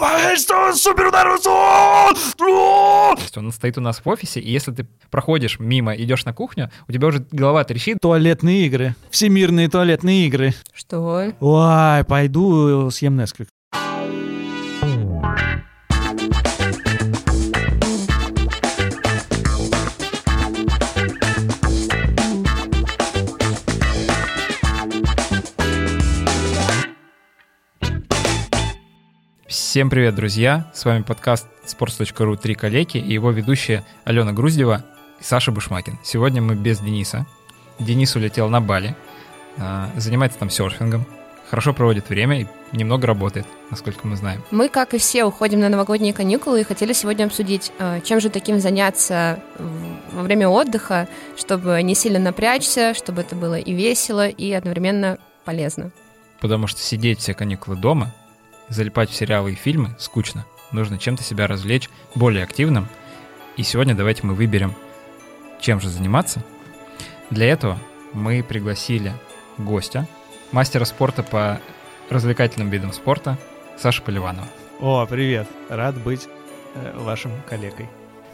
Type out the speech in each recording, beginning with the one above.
Что? Супер удар! Он стоит у нас в офисе, и если ты проходишь мимо, идешь на кухню, у тебя уже голова трещит. Туалетные игры. Всемирные туалетные игры. Что? Ой, пойду съем Несквик. Всем привет, друзья! С вами подкаст sports.ru «Три калеки» и его ведущие Алена Груздева и Саша Бушмакин. Сегодня мы без Дениса. Денис улетел на Бали, занимается там серфингом, хорошо проводит время и немного работает, насколько мы знаем. Мы, как и все, уходим на новогодние каникулы и хотели сегодня обсудить, чем же таким заняться во время отдыха, чтобы не сильно напрячься, чтобы это было и весело, и одновременно полезно. Потому что сидеть все каникулы дома, залипать в сериалы и фильмы скучно. Нужно чем-то себя развлечь более активным. И сегодня давайте мы выберем, чем же заниматься. Для этого мы пригласили гостя, мастера спорта по развлекательным видам спорта Сашу Поливанова. О, привет. Рад быть вашим коллегой.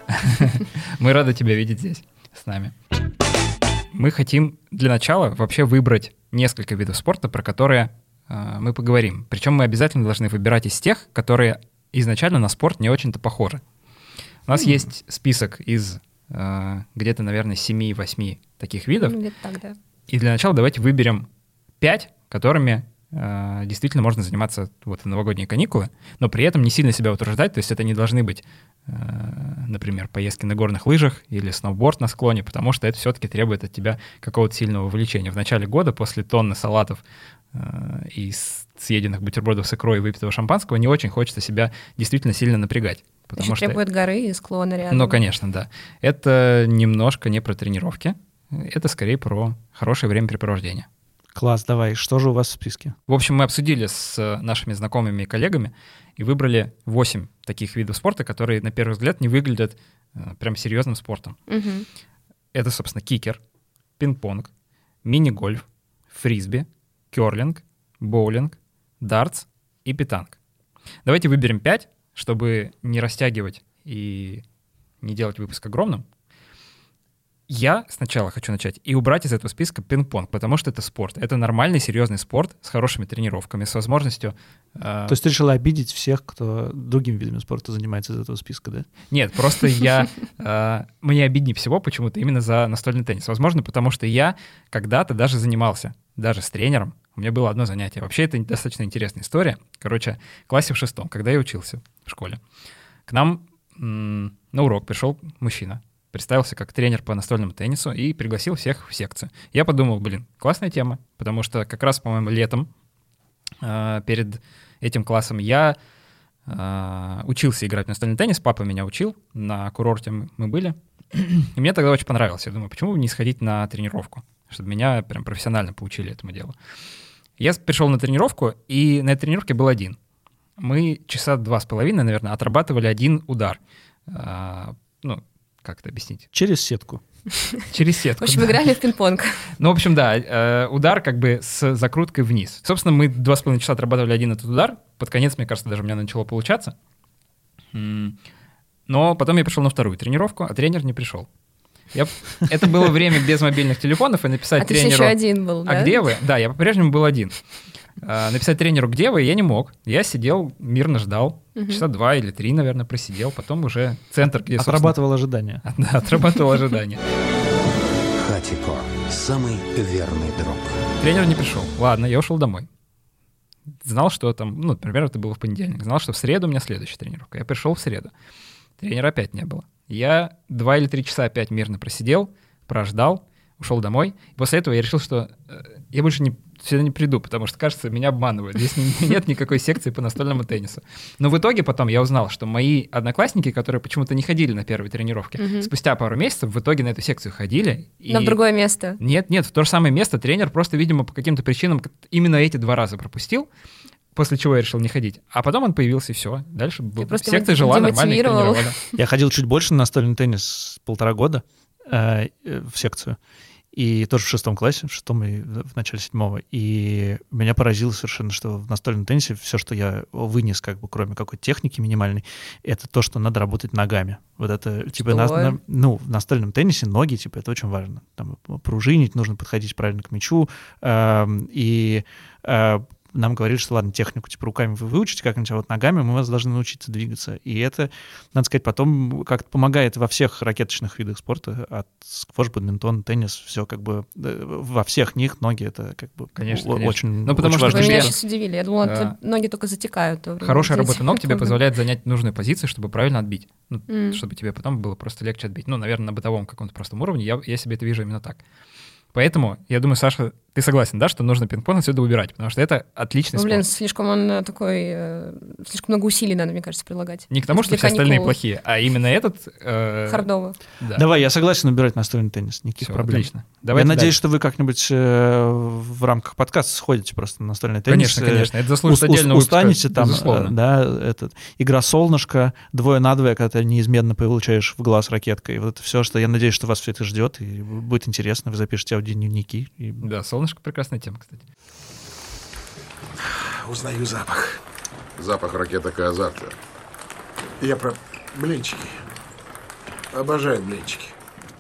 Мы рады тебя видеть здесь с нами. Мы хотим для начала вообще выбрать несколько видов спорта, про которые мы поговорим. Причем мы обязательно должны выбирать из тех, которые изначально на спорт не очень-то похожи. У нас есть список из где-то, наверное, 7-8 таких видов. Где-то так, да. И для начала давайте выберем 5, которыми действительно можно заниматься вот в новогодние каникулы, но при этом не сильно себя утруждать. То есть это не должны быть, например, поездки на горных лыжах или сноуборд на склоне, потому что это все-таки требует от тебя какого-то сильного увлечения. В начале года после тонны салатов и съеденных бутербродов с икрой и выпитого шампанского не очень хочется себя действительно сильно напрягать. Еще требует горы и склона рядом. Ну, конечно, да. Это немножко не про тренировки, это скорее про хорошее времяпрепровождение. Класс, давай, что же у вас в списке? В общем, мы обсудили с нашими знакомыми и коллегами и выбрали 8 таких видов спорта, которые, на первый взгляд, не выглядят прям серьезным спортом. Угу. Это, собственно, кикер, пинг-понг, мини-гольф, фрисби, керлинг, боулинг, дартс и питанг. Давайте выберем 5, чтобы не растягивать и не делать выпуск огромным. Я сначала хочу начать и убрать из этого списка пинг-понг, потому что это спорт. Это нормальный, серьезный спорт с хорошими тренировками, с возможностью... То есть ты решила обидеть всех, кто другими видами спорта занимается из этого списка, да? Нет, просто мне обиднее всего почему-то именно за настольный теннис. Возможно, потому что я когда-то даже занимался, даже с тренером. У меня было одно занятие. Вообще это достаточно интересная история. Короче, в классе в 6, когда я учился в школе, к нам на урок пришел мужчина, представился как тренер по настольному теннису и пригласил всех в секцию. Я подумал, классная тема, потому что как раз, по-моему, летом перед этим классом я учился играть в настольный теннис, папа меня учил, на курорте мы были, и мне тогда очень понравилось. Я думаю, почему бы не сходить на тренировку, чтобы меня прям профессионально поучили этому делу. Я пришел на тренировку, и на этой тренировке был один. Мы часа 2,5, наверное, отрабатывали один удар. Как это объяснить? Через сетку. Через сетку. В общем, играли в пинг-понг. Ну, в общем, да, удар как бы с закруткой вниз. Собственно, мы 2,5 часа отрабатывали один этот удар. Под конец, мне кажется, даже у меня начало получаться. Но потом я пришел на вторую тренировку, а тренер не пришел. Это было время без мобильных телефонов, и написать тренеру... А ты еще один был, да? А где вы? Да, я по-прежнему был один. Написать тренеру, где вы, я не мог. Я сидел, мирно ждал. Часа 2 или 3, наверное, просидел. Потом уже центр, где, отрабатывал ожидания. Да, отрабатывал ожидания. Хатико. Самый верный друг. Тренер не пришел. Ладно, я ушел домой. Знал, что там, например, это было в понедельник. Знал, что в среду у меня следующая тренировка. Я пришел в среду. Тренера опять не было. Я 2 или 3 часа опять мирно просидел, прождал, ушел домой. И после этого я решил, что я больше сюда не приду, потому что, кажется, меня обманывают. Здесь нет никакой секции по настольному теннису. Но в итоге потом я узнал, что мои одноклассники, которые почему-то не ходили на первые тренировки, спустя пару месяцев в итоге на эту секцию ходили. Но в другое место? Нет, в то же самое место. Тренер просто, видимо, по каким-то причинам именно эти 2 раза пропустил, после чего я решил не ходить. А потом он появился, и все. Дальше секция жила нормально, их тренировала. Я ходил чуть больше на настольный теннис 1,5 года в секцию. и тоже в 6 классе, в 6 и в начале 7. И меня поразило совершенно, что в настольном теннисе все, что я вынес, как бы, кроме какой-то техники минимальной, это то, что надо работать ногами. Вот это, типа, в настольном теннисе ноги, типа, это очень важно. Там пружинить, нужно подходить правильно к мячу, нам говорили, что ладно, технику типа руками вы выучите как-нибудь, а вот ногами мы вас должны научиться двигаться. И это, надо сказать, потом как-то помогает во всех ракеточных видах спорта, от сквош, бадминтон, теннис, все как бы во всех них ноги это как бы конечно. Очень, ну, потому очень что важно. Вы меня сейчас удивили. Я думала, ноги только затекают. Хорошая работа ног тебе позволяет занять нужную позицию, чтобы правильно отбить. Чтобы тебе потом было просто легче отбить. Ну, наверное, на бытовом каком-то простом уровне я себе это вижу именно так. Поэтому, я думаю, Саша, ты согласен, да, что нужно пинг-понг отсюда убирать, потому что это отличный спорт. Слишком он такой... слишком много усилий надо, мне кажется, прилагать. Не к тому, что все остальные плохие, а именно этот... Хардово. Да. Давай, я согласен убирать настольный теннис, никаких проблем. Отлично. Я надеюсь, что вы как-нибудь в рамках подкаста сходите просто на настольный теннис. Конечно. Это заслужит отдельного выпуска. Устанете там, игра солнышко, 2 на 2, когда ты неизменно получаешь в глаз ракеткой. Вот это все, что я надеюсь, что вас все это ждет, и будет интересно, вы запишете аудиодневники. Да, солнышко — прекрасная тема, кстати. Узнаю запах. Запах ракеток и азарта. Я про блинчики. Обожаю блинчики.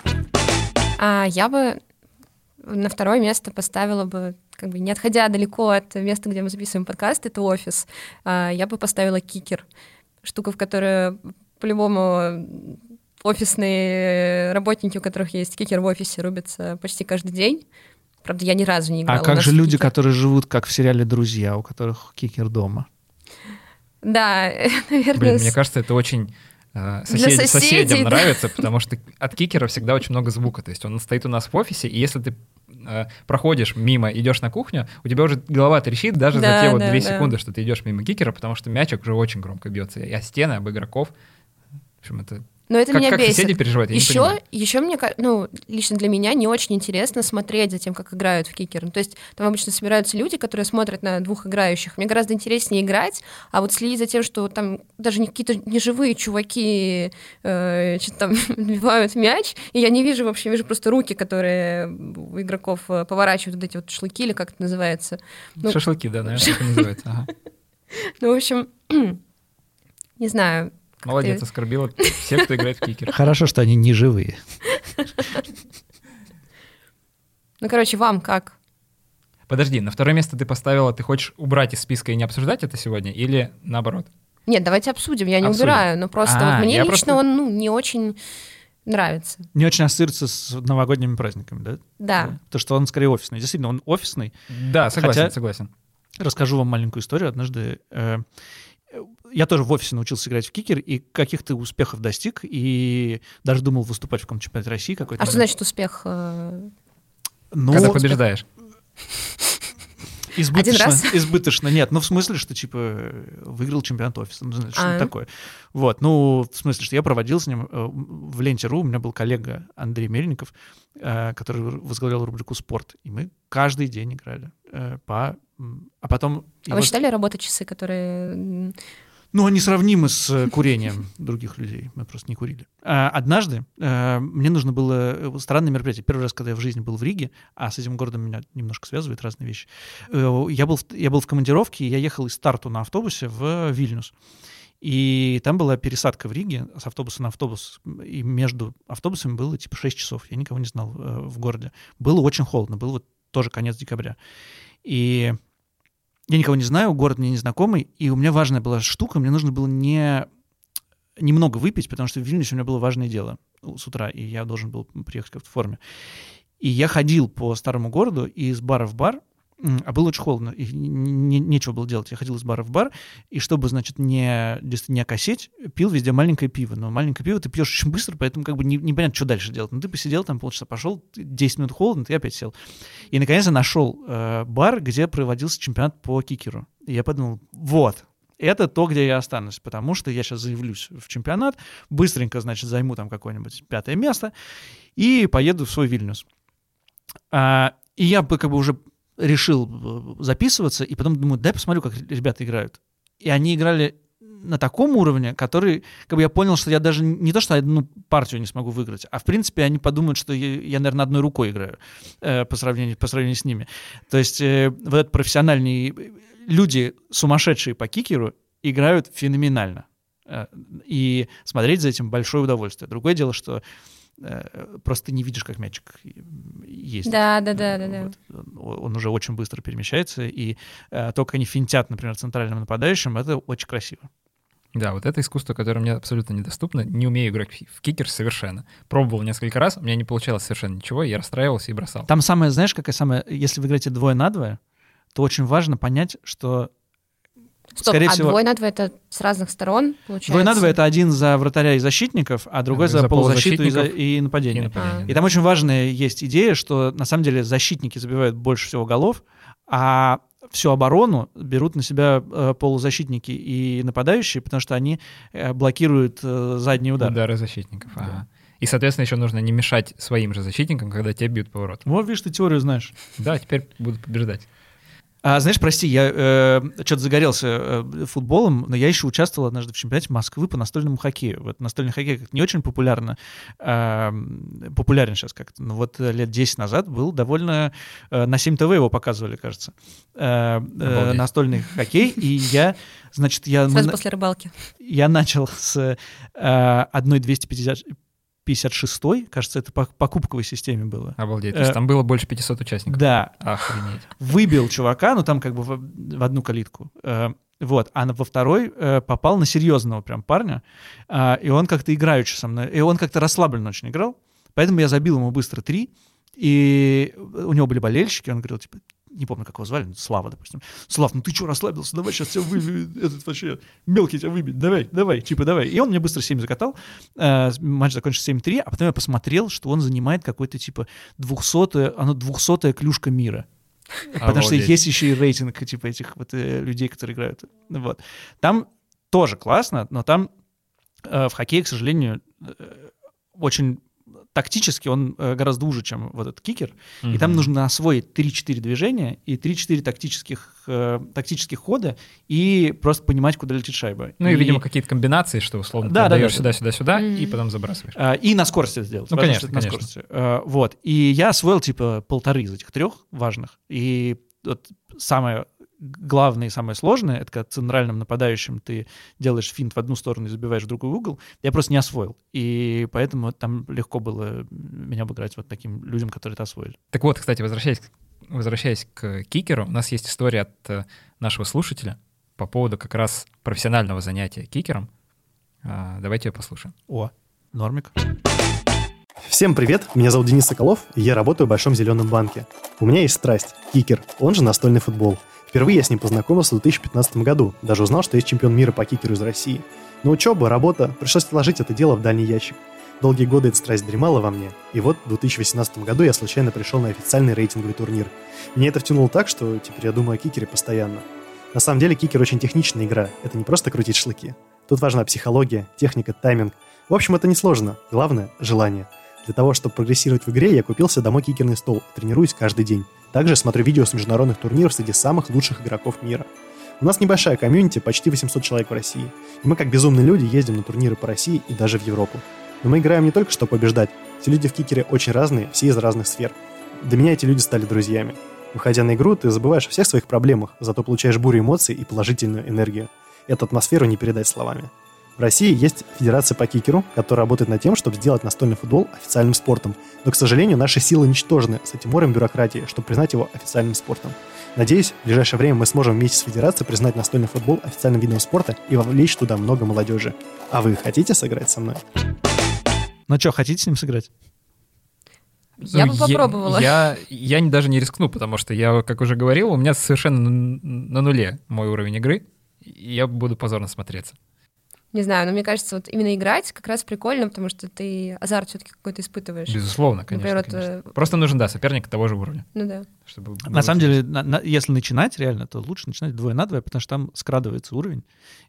Я бы на второе место поставила бы, как бы не отходя далеко от места, где мы записываем подкаст, это офис. Я бы поставила кикер. Штука, в которую по-любому офисные работники, у которых есть кикер в офисе, рубятся почти каждый день. Правда, я ни разу не играла. А как же люди, которые живут, как в сериале «Друзья», у которых кикер дома? Да, наверное. Блин, мне кажется, это очень соседям нравится, потому что от кикера всегда очень много звука. То есть он стоит у нас в офисе, и если ты проходишь мимо, идешь на кухню, у тебя уже голова трещит даже за те 2 секунды, что ты идешь мимо кикера, потому что мячик уже очень громко бьется. И о стены, об игроков. В общем, это... Но это меня бесит. Как соседи переживают, я не понимаю. Еще мне, лично для меня не очень интересно смотреть за тем, как играют в кикер. То есть там обычно собираются люди, которые смотрят на 2 играющих. Мне гораздо интереснее играть, а вот следить за тем, что там даже какие-то неживые чуваки что-то там отбивают мяч, и я не вижу вообще, вижу просто руки, которые у игроков поворачивают вот эти вот шлыки, или как это называется. Шашлыки, да, наверное, так и называется. Ага. В общем, не знаю. Молодец, оскорбила всех, кто играет в кикер. Хорошо, что они не живые. Вам как? Подожди, на второе место ты поставила, ты хочешь убрать из списка и не обсуждать это сегодня, или наоборот? Нет, давайте обсудим, я не убираю, но просто мне лично он не очень нравится. Не очень ассоциируется с новогодними праздниками, да? Да. То, что он скорее офисный. Действительно, он офисный. Да, согласен. Расскажу вам маленькую историю. Однажды я тоже в офисе научился играть в кикер и каких-то успехов достиг, и даже думал выступать в каком-то чемпионате России какой-то. А что значит успех? Когда побеждаешь. Избыточно. Нет, в смысле, что, типа, выиграл чемпионат офиса. Что-то такое. Вот, в смысле, что я проводил с ним в Ленте.ру, у меня был коллега Андрей Мельников, который возглавлял рубрику «Спорт», и мы каждый день играли А потом... вы считали работать часы, которые... Они сравнимы с курением других людей. Мы просто не курили. Однажды мне нужно было странное мероприятие. Первый раз, когда я в жизни был в Риге, а с этим городом меня немножко связывают разные вещи. Я был в командировке, и я ехал из Тарту на автобусе в Вильнюс. И там была пересадка в Риге с автобуса на автобус. И между автобусами было типа 6 часов. Я никого не знал в городе. Было очень холодно. Был тоже конец декабря. И... Я никого не знаю, город мне незнакомый, и у меня важная была штука, мне нужно было немного выпить, потому что в Вильнюсе у меня было важное дело с утра, и я должен был приехать как-то в форме. И я ходил по старому городу из бара в бар, а было очень холодно, и нечего было делать. Я ходил из бара в бар, и чтобы, значит, не окосеть, пил везде маленькое пиво. Но маленькое пиво ты пьешь очень быстро, поэтому как бы непонятно, что дальше делать. Ты посидел там полчаса, пошел, 10 минут холодно, ты опять сел. И наконец я нашел бар, где проводился чемпионат по кикеру. И я подумал, это то, где я останусь, потому что я сейчас заявлюсь в чемпионат, быстренько, значит, займу там какое-нибудь 5-е место и поеду в свой Вильнюс. И я как бы уже решил записываться, и потом думаю, дай посмотрю, как ребята играют. И они играли на таком уровне, который, как бы я понял, что я даже не то, что одну партию не смогу выиграть, а в принципе они подумают, что я наверное, одной рукой играю по сравнению с ними. То есть вот этот профессиональные люди, сумасшедшие по кикеру, играют феноменально. И смотреть за этим большое удовольствие. Другое дело, что просто ты не видишь, как мячик ездит. Да. Вот. Он уже очень быстро перемещается, и только они финтят, например, центральным нападающим, это очень красиво. Да, вот это искусство, которое мне абсолютно недоступно. Не умею играть в кикер совершенно. Пробовал несколько раз, у меня не получалось совершенно ничего, я расстраивался и бросал. Там самое, знаешь, если вы играете 2 на 2, то очень важно понять, что Стоп, скорее всего, 2 на 2 это с разных сторон, получается? 2 на 2 это один за вратаря и защитников, а другой за полузащиту и нападение. И там очень важная есть идея, что на самом деле защитники забивают больше всего голов, а всю оборону берут на себя полузащитники и нападающие, потому что они блокируют задний удар. Удары защитников. Да. Ага. И, соответственно, еще нужно не мешать своим же защитникам, когда тебя бьют по воротам. Вот, видишь, ты теорию знаешь. Да, теперь буду побеждать. Знаешь, прости, я что-то загорелся футболом, но я еще участвовал однажды в чемпионате Москвы по настольному хоккею. Вот настольный хоккей не очень популярен сейчас как-то, но вот лет 10 назад был довольно... На 7 ТВ его показывали, кажется. Настольный хоккей, и я, значит... Сразу после рыбалки. Я начал с 1-256-й, кажется, это по кубковой системе было. Обалдеть, то есть там было больше 500 участников. Да. Охренеть. Выбил чувака, ну там как бы в одну калитку. Вот, а во второй попал на серьезного прям парня, и он как-то играючи со мной, и он как-то расслабленно очень играл, поэтому я забил ему быстро 3, и у него были болельщики, он говорил, типа, не помню, как его звали, Слава, допустим. Слав, ну ты что, расслабился? Давай сейчас тебя выбьет, этот вообще мелкий тебя выбьет, давай. И он мне быстро 7 закатал, матч закончился 7-3, а потом я посмотрел, что он занимает какой-то типа 200-я клюшка мира. Потому что есть еще и рейтинг типа этих вот людей, которые играют. Вот. Там тоже классно, но там в хоккее, к сожалению, очень тактически он гораздо уже, чем вот этот кикер. И там нужно освоить 3-4 движения и 3-4 тактических хода и просто понимать, куда летит шайба. Ну и, видимо, какие-то комбинации, что условно ты отдаешь сюда, и потом забрасываешь. И на скорости это сделать. Ну, конечно. На скорости. Вот. И я освоил типа 1,5 из этих 3 важных. И вот самое главное и самое сложное, это когда центральным нападающим ты делаешь финт в одну сторону и забиваешь в другой угол, я просто не освоил. И поэтому там легко было меня обыграть вот таким людям, которые это освоили. Так вот, кстати, возвращаясь к кикеру, у нас есть история от нашего слушателя по поводу как раз профессионального занятия кикером. Давайте ее послушаем. О, нормик. Всем привет, меня зовут Денис Соколов, и я работаю в Большом Зеленом банке. У меня есть страсть – кикер, он же настольный футбол. Впервые я с ним познакомился в 2015 году, даже узнал, что есть чемпион мира по кикеру из России. Но учеба, работа, пришлось отложить это дело в дальний ящик. Долгие годы эта страсть дремала во мне, и вот в 2018 году я случайно пришел на официальный рейтинговый турнир. Меня это втянуло так, что теперь я думаю о кикере постоянно. На самом деле кикер очень техничная игра, это не просто крутить шлыки. Тут важна психология, техника, тайминг. В общем, это несложно, главное – желание. Для того, чтобы прогрессировать в игре, я купил себе домой кикерный стол и тренируюсь каждый день. Также смотрю видео с международных турниров среди самых лучших игроков мира. У нас небольшая комьюнити, почти 800 человек в России. И мы, как безумные люди, ездим на турниры по России и даже в Европу. Но мы играем не только чтобы побеждать. Все люди в кикере очень разные, все из разных сфер. Для меня эти люди стали друзьями. Выходя на игру, ты забываешь о всех своих проблемах, зато получаешь бурю эмоций и положительную энергию. Эту атмосферу не передать словами. В России есть федерация по кикеру, которая работает над тем, чтобы сделать настольный футбол официальным спортом. Но, к сожалению, наши силы ничтожны с этим морем бюрократии, чтобы признать его официальным спортом. Надеюсь, в ближайшее время мы сможем вместе с федерацией признать настольный футбол официальным видом спорта и вовлечь туда много молодежи. А вы хотите сыграть со мной? Ну что, хотите с ним сыграть? Я бы попробовала. Я даже не рискну, потому что я, как уже говорил, у меня совершенно на нуле мой уровень игры, и я буду позорно смотреться. Не знаю, но мне кажется, вот именно играть как раз прикольно, потому что ты азарт все-таки какой-то испытываешь. Безусловно, конечно. Например, конечно. Просто нужен, соперник того же уровня. Ну да. Чтобы на самом деле, если начинать реально, то лучше начинать 2 на 2, потому что там скрадывается уровень.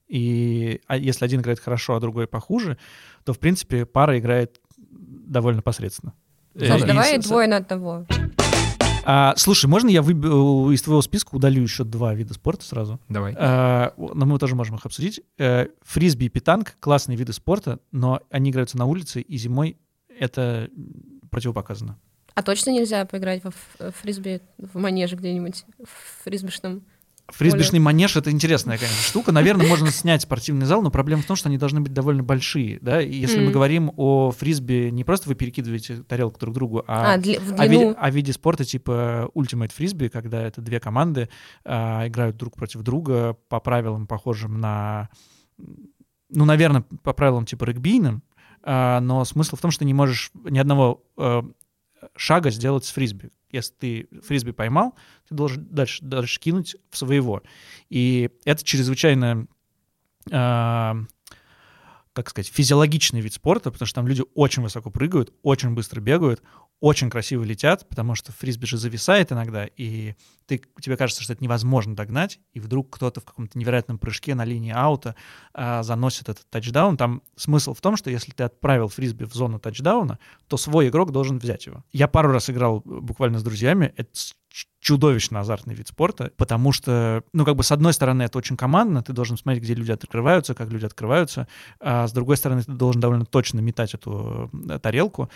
А если один играет хорошо, а другой похуже, то, в принципе, пара играет довольно посредственно. Саш, давай 2 на 1. Слушай, можно я из твоего списка удалю еще 2 вида спорта сразу? Давай. Но мы тоже можем их обсудить. Фрисби и питанг — классные виды спорта, но они играются на улице, и зимой это противопоказано. А точно нельзя поиграть во фрисби в манеже где-нибудь, в фрисбишном? Фрисбишный манеж — это интересная, конечно, штука. Наверное, можно снять спортивный зал, но проблема в том, что они должны быть довольно большие. Да? И если мы говорим о фрисби, не просто вы перекидываете тарелку друг к другу, о виде спорта типа Ultimate Frisbee, когда это 2 команды играют друг против друга по правилам, похожим на... Ну, наверное, по правилам типа регбийным, но смысл в том, что не можешь ни одного шага сделать с фрисби. Если ты фрисби поймал, ты должен дальше кинуть в своего. И это чрезвычайно, как сказать, физиологичный вид спорта, потому что там люди очень высоко прыгают, очень быстро бегают, очень красиво летят, потому что фрисби же зависает иногда, и тебе кажется, что это невозможно догнать, и вдруг кто-то в каком-то невероятном прыжке на линии аута заносит этот тачдаун. Там смысл в том, что если ты отправил фрисби в зону тачдауна, то свой игрок должен взять его. Я пару раз играл буквально с друзьями, это чудовищно азартный вид спорта, потому что, с одной стороны, это очень командно, ты должен смотреть, где люди открываются, как люди открываются, а с другой стороны, ты должен довольно точно метать эту тарелку.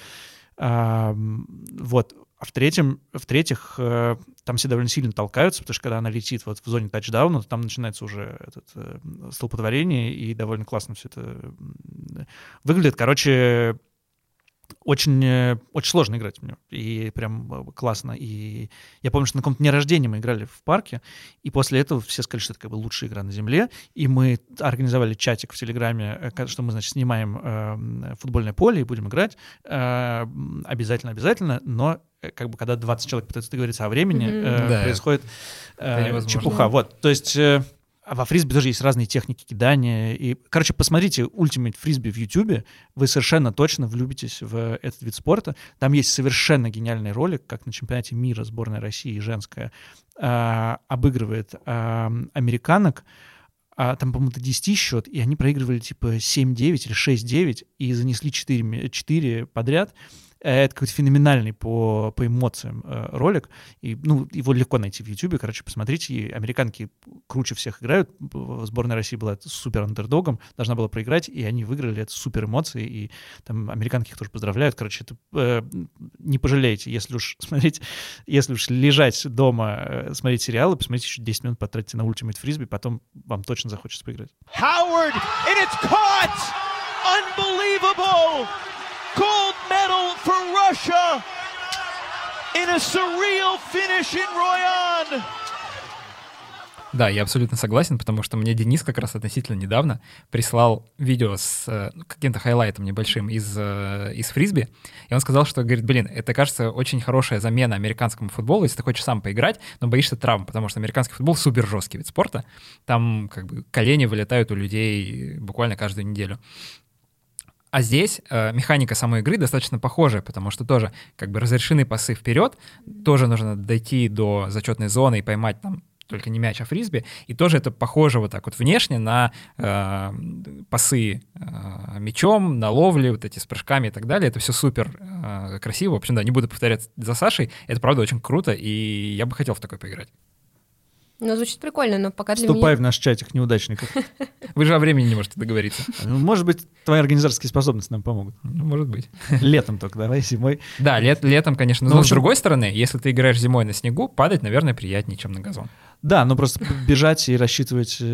Вот. А в-третьих, там все довольно сильно толкаются, потому что когда она летит вот в зоне тачдауна, то там начинается уже столпотворение, и довольно классно все это выглядит. Короче, очень, очень сложно играть в нее, и прям классно. И я помню, что на каком-то дне рождения мы играли в парке, и после этого все сказали, что это как бы лучшая игра на Земле, и мы организовали чатик в Телеграме, что мы, значит, снимаем футбольное поле и будем играть. Обязательно, но как бы когда 20 человек пытаются договориться о времени, происходит чепуха. Вот, то есть... А во фрисби тоже есть разные техники кидания. И, короче, посмотрите Ultimate Frisbee в YouTube, вы совершенно точно влюбитесь в этот вид спорта. Там есть совершенно гениальный ролик, как на чемпионате мира сборная России женская обыгрывает американок. Там, по-моему, до 10 счет, и они проигрывали типа 7-9 или 6-9 и занесли 4 подряд. Это какой-то феноменальный по эмоциям ролик. И, его легко найти в Ютубе. Короче, посмотрите. И американки круче всех играют. Сборная России была супер андердогом, должна была проиграть, и они выиграли. Это супер эмоции. И там американки их тоже поздравляют. Короче, это не пожалеете. Если уж лежать дома, смотреть сериалы, посмотрите еще 10 минут, потратите на Ultimate Frisbee, потом вам точно захочется поиграть. Howard, and it's caught! Unbelievable! Gold medal for Russia in a surreal finish in Royan. Да, я абсолютно согласен, потому что мне Денис как раз относительно недавно прислал видео с каким-то хайлайтом небольшим из фрисби, и он сказал, что, говорит, это, кажется, очень хорошая замена американскому футболу, если ты хочешь сам поиграть, но боишься травм, потому что американский футбол супер жесткий вид спорта, там как бы колени вылетают у людей буквально каждую неделю. А здесь механика самой игры достаточно похожая, потому что тоже как бы разрешены пасы вперед, тоже нужно дойти до зачетной зоны и поймать там только не мяч, а фрисби, и тоже это похоже вот так вот внешне на пасы мячом, на ловли, вот эти с прыжками и так далее. Это все супер красиво. В общем, да, не буду повторять за Сашей, это правда очень круто, и я бы хотел в такой поиграть. Звучит прикольно, но пока для Вступай меня... в наш чатик неудачников. Вы же о времени не можете договориться. Может быть, твои организаторские способности нам помогут. Может быть. Летом только, давай, зимой. Да, летом, конечно. Но с другой стороны, если ты играешь зимой на снегу, падать, наверное, приятнее, чем на газон. Да, просто бежать и рассчитывать,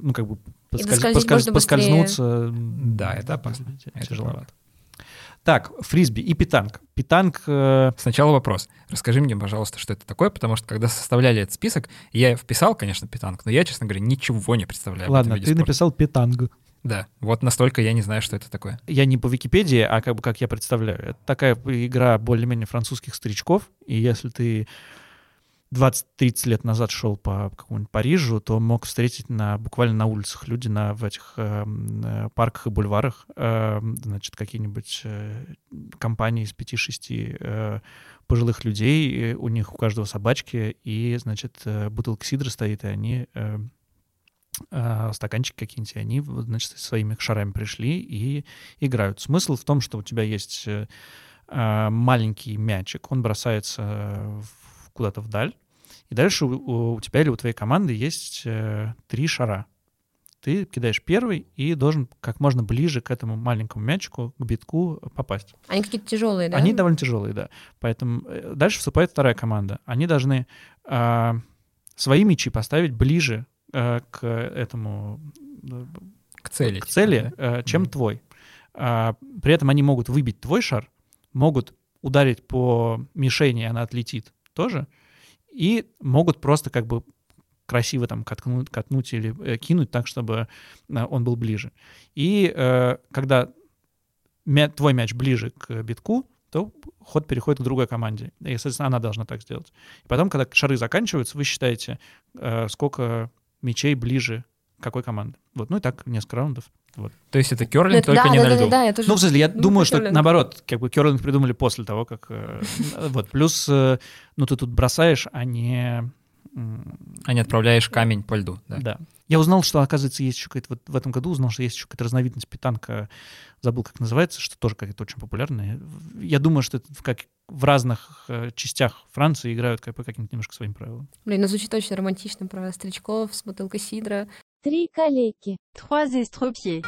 поскользнуться. Да, это опасно. Это тяжеловато. Так, фрисби и питанг. Питанг... Сначала вопрос. Расскажи мне, пожалуйста, что это такое, потому что, когда составляли этот список, я вписал, конечно, питанг, но я, честно говоря, ничего не представляю. Ладно, ты написал питанг. Да, вот настолько я не знаю, что это такое. Я не по Википедии, а как я представляю. Это такая игра более-менее французских старичков, и если ты 20-30 лет назад шел по какому-нибудь Парижу, то мог встретить буквально на улицах люди в этих парках и бульварах, значит, какие-нибудь компании из 5-6 пожилых людей, у них у каждого собачки, и, значит, бутылка сидра стоит, и они стаканчики какие-нибудь, и они, значит, своими шарами пришли и играют. Смысл в том, что у тебя есть маленький мячик, он бросается в куда-то вдаль, и дальше у тебя или у твоей команды есть 3 шара. Ты кидаешь первый и должен как можно ближе к этому маленькому мячику, к битку попасть. Они какие-то тяжелые, да? Они довольно тяжелые, да. Поэтому дальше вступает вторая команда. Они должны свои мячи поставить ближе к этому... К цели. К цели, чем твой. При этом они могут выбить твой шар, могут ударить по мишени, и она отлетит тоже, и могут просто как бы красиво там катнуть или кинуть так, чтобы он был ближе. И когда твой мяч ближе к битку, то ход переходит к другой команде. И, соответственно, она должна так сделать. И потом, когда шары заканчиваются, вы считаете, сколько мячей ближе к какой команде. Вот. Ну и так несколько раундов. Вот. То есть это керлинг, только не на льду. Да, я тоже... Ну, в смысле, я думаю, что наоборот, как бы керлинг придумали после того, как... Вот. Плюс, ну, ты тут бросаешь, а не... А не отправляешь камень по льду. Да. Я узнал, что, оказывается, есть еще какая-то... Вот в этом году узнал, что есть еще какая-то разновидность питанка, забыл, как называется, что тоже какая-то очень популярная. Я думаю, что это как в разных частях Франции играют как по каким-то немножко своим правилам. Блин, ну звучит очень романтично про старичков с бутылкой сидра. 3 калеки. 3 эстропье.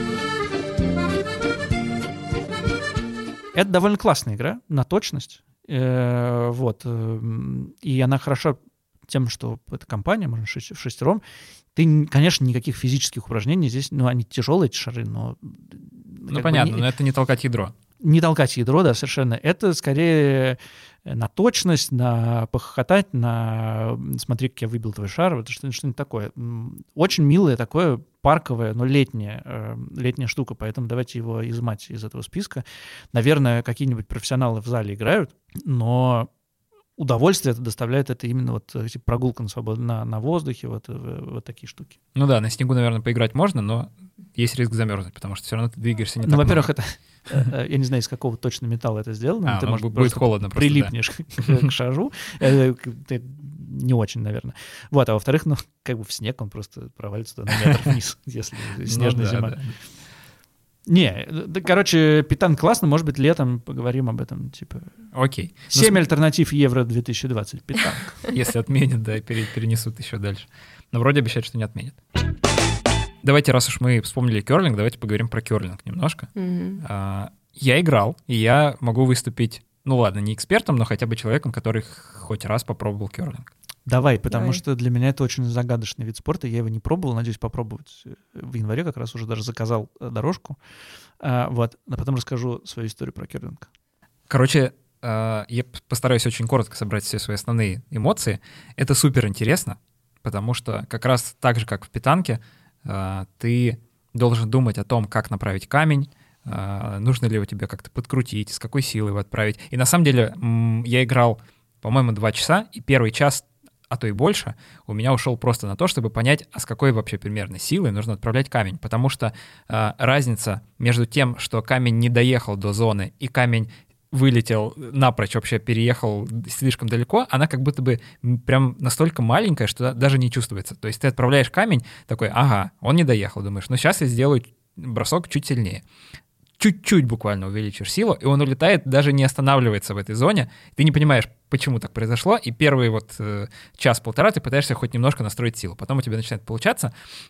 Это довольно классная игра на точность. Вот. И она хороша тем, что это компания, можно шестером. Ты, конечно, никаких физических упражнений здесь, ну, они тяжелые, эти шары, но... Ну, понятно, но это не толкать ядро. Не толкать ядро, да, совершенно. Это скорее на точность, на похохотать, на смотри, как я выбил твой шар, это что-нибудь такое. Очень милое такое, парковое, но летняя штука, поэтому давайте его изымать из этого списка. Наверное, какие-нибудь профессионалы в зале играют, но удовольствие это доставляет это именно вот типа, прогулка на воздухе, вот такие штуки. Ну да, на снегу, наверное, поиграть можно, но есть риск замерзнуть, потому что все равно ты двигаешься не так много. Ну, во-первых, это, я не знаю, из какого точно металла это сделано. Ты, может, будет холодно просто, прилипнешь к шару. Ты не очень, наверное. Вот, а во-вторых, ну, как бы в снег он просто провалится на метр вниз, если снежная зима. Не, короче, питанк классно, может быть, летом поговорим об этом, типа... Окей. 7 альтернатив Евро 2020, питанк. Если отменят, да, перенесут еще дальше. Но вроде обещают, что не отменят. Давайте, раз уж мы вспомнили керлинг, давайте поговорим про керлинг немножко. Я играл, и я могу выступить, ну ладно, не экспертом, но хотя бы человеком, который хоть раз попробовал керлинг. Давай, потому что для меня это очень загадочный вид спорта. Я его не пробовал, надеюсь попробовать в январе, как раз уже даже заказал дорожку. Вот, а потом расскажу свою историю про керлинг. Короче, я постараюсь очень коротко собрать все свои основные эмоции. Это супер интересно, потому что как раз так же, как в питанке, ты должен думать о том, как направить камень, нужно ли его тебе как-то подкрутить, с какой силой его отправить. И на самом деле я играл, по-моему, 2 часа, и первый час, а то и больше, у меня ушел просто на то, чтобы понять, а с какой вообще примерно силой нужно отправлять камень. Потому что разница между тем, что камень не доехал до зоны, и камень вылетел напрочь, вообще переехал слишком далеко, она как будто бы прям настолько маленькая, что даже не чувствуется. То есть ты отправляешь камень, такой, ага, он не доехал, думаешь, ну сейчас я сделаю бросок чуть сильнее. Чуть-чуть буквально увеличишь силу, и он улетает, даже не останавливается в этой зоне. Ты не понимаешь, почему так произошло, и первый вот час-полтора ты пытаешься хоть немножко настроить силу. Потом у тебя начинает получаться.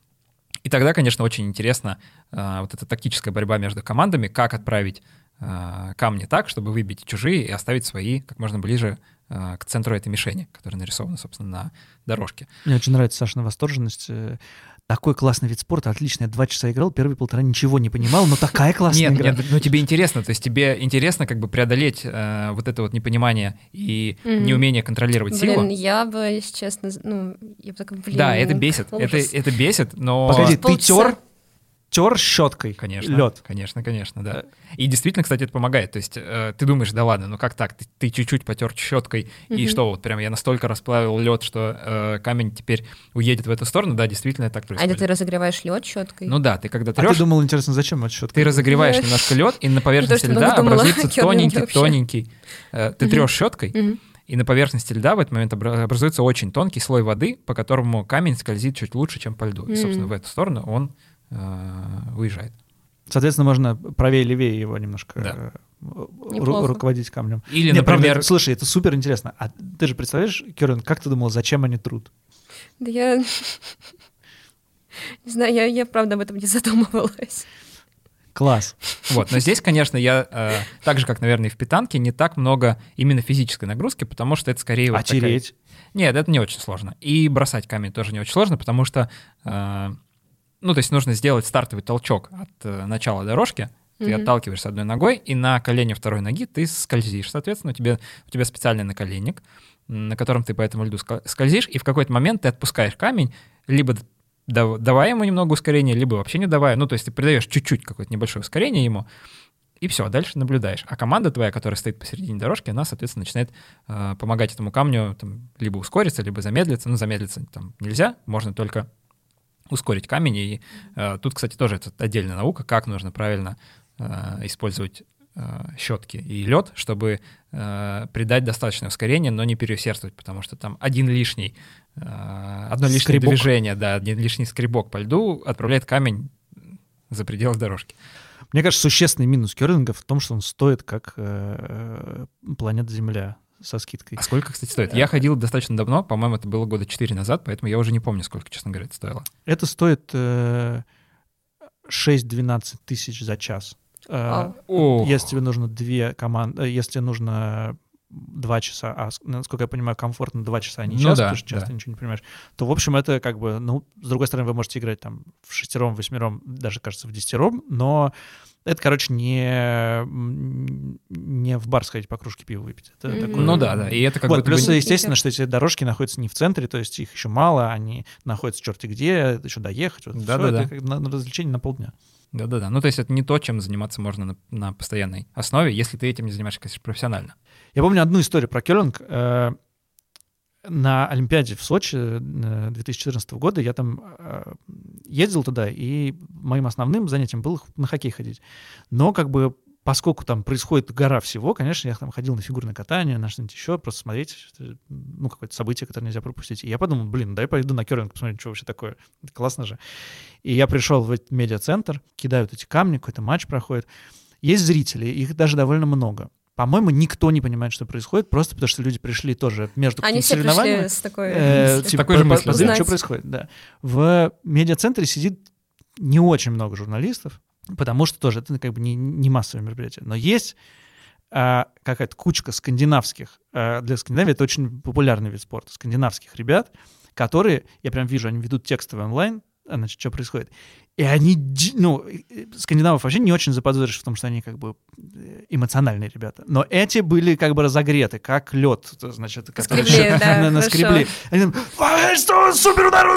И тогда, конечно, очень интересно вот эта тактическая борьба между командами, как отправить камни так, чтобы выбить чужие и оставить свои как можно ближе к центру этой мишени, которая нарисована, собственно, на дорожке. Мне очень нравится Сашина восторженность. Такой классный вид спорта, отлично. Я 2 часа играл, первые 1,5 ничего не понимал, но такая классная игра. Нет, ну тебе интересно, то есть тебе интересно как бы преодолеть вот это вот непонимание и неумение контролировать силу. Блин, я бы, если честно, я бы такая, блин. Да, это бесит, это бесит, но... Погоди, ты тер щеткой лед. Конечно, да. И действительно, кстати, это помогает. То есть ты думаешь, да ладно, ну как так? Ты чуть-чуть потер щеткой, и что, вот прям я настолько расплавил лед, что камень теперь уедет в эту сторону. Да, действительно, так происходит. А это ты разогреваешь лед щеткой? Ну да, ты когда трешь... А ты думал, интересно, зачем от щеткой? Ты разогреваешь немножко лед, и на поверхности льда образуется тоненький... Ты трешь щеткой, и на поверхности льда в этот момент образуется очень тонкий слой воды, по которому камень скользит чуть лучше, чем по льду. И, собственно, в эту сторону он выезжает. Соответственно, можно правее-левее его немножко руководить камнем. Или, Нет, например... правда, слушай, это супер интересно. А ты же представляешь, Кёрлинг, как ты думала, зачем они трут? Да я... Не знаю, я правда об этом не задумывалась. Класс. Вот, но здесь, конечно, я, так же, как, наверное, и в питанке, не так много именно физической нагрузки, потому что это скорее... А тереть? Нет, это не очень сложно. И бросать камень тоже не очень сложно, потому что, ну, то есть нужно сделать стартовый толчок от начала дорожки, ты отталкиваешься одной ногой, и на колене второй ноги ты скользишь. Соответственно, у тебя специальный наколенник, на котором ты по этому льду скользишь, и в какой-то момент ты отпускаешь камень, либо давая ему немного ускорения, либо вообще не давая. Ну, то есть ты придаешь чуть-чуть какое-то небольшое ускорение ему, и все, дальше наблюдаешь. А команда твоя, которая стоит посередине дорожки, она, соответственно, начинает помогать этому камню там, либо ускориться, либо замедлиться. Ну, замедлиться там нельзя, можно только ускорить камень. И тут, кстати, тоже это отдельная наука, как нужно правильно использовать щетки и лед, чтобы придать достаточное ускорение, но не переусердствовать, потому что там одно лишнее движение, да, один лишний скребок по льду отправляет камень за пределы дорожки. Мне кажется, существенный минус кёрлинга в том, что он стоит как планета Земля со скидкой. А сколько, кстати, стоит? Я ходил достаточно давно, по-моему, это было года 4 назад, поэтому я уже не помню, сколько, честно говоря, это стоило. Это стоит 6-12 тысяч за час. Если тебе нужно 2 команды, если нужно 2 часа, а, насколько я понимаю, комфортно 2 часа, а не час, потому что часто ничего не понимаешь, то, в общем, это как бы, ну, с другой стороны, вы можете играть там в 6-ром, 8-ром, даже, кажется, в 10-ром, но это, короче, не в бар сходить по кружке пива выпить. Это такое... Ну да, и это как вот, будто плюс, бы... естественно, что эти дорожки находятся не в центре, то есть их еще мало, они находятся черти где, еще доехать. Вот, это как на развлечение на полдня. Да-да-да. Ну, то есть это не то, чем заниматься можно на постоянной основе, если ты этим не занимаешься, конечно, профессионально. Я помню одну историю про кёрлинг. На Олимпиаде в Сочи 2014 года я там ездил туда, и моим основным занятием было на хоккей ходить. Но как бы поскольку там происходит гора всего, конечно, я там ходил на фигурное катание, на что-нибудь еще, просто смотреть, ну, какое-то событие, которое нельзя пропустить. И я подумал, дай пойду на кёрлинг, посмотреть, что вообще такое. Это классно же. И я пришел в этот медиацентр, кидают эти камни, какой-то матч проходит. Есть зрители, их даже довольно много. По-моему, никто не понимает, что происходит, просто потому что люди пришли тоже между соревнованиями. Они все пришли с такой же мыслью. Что происходит, да. В медиацентре сидит не очень много журналистов, потому что тоже это как бы не массовое мероприятие. Но есть какая-то кучка скандинавских, для Скандинавии это очень популярный вид спорта, скандинавских ребят, которые, я прям вижу, они ведут текстовый онлайн, значит, что происходит. И они, ну, скандинавов вообще не очень заподозришь в том, что они как бы эмоциональные ребята. Но эти были как бы разогреты, как лед, значит, который наскребли. Они там, супер удар!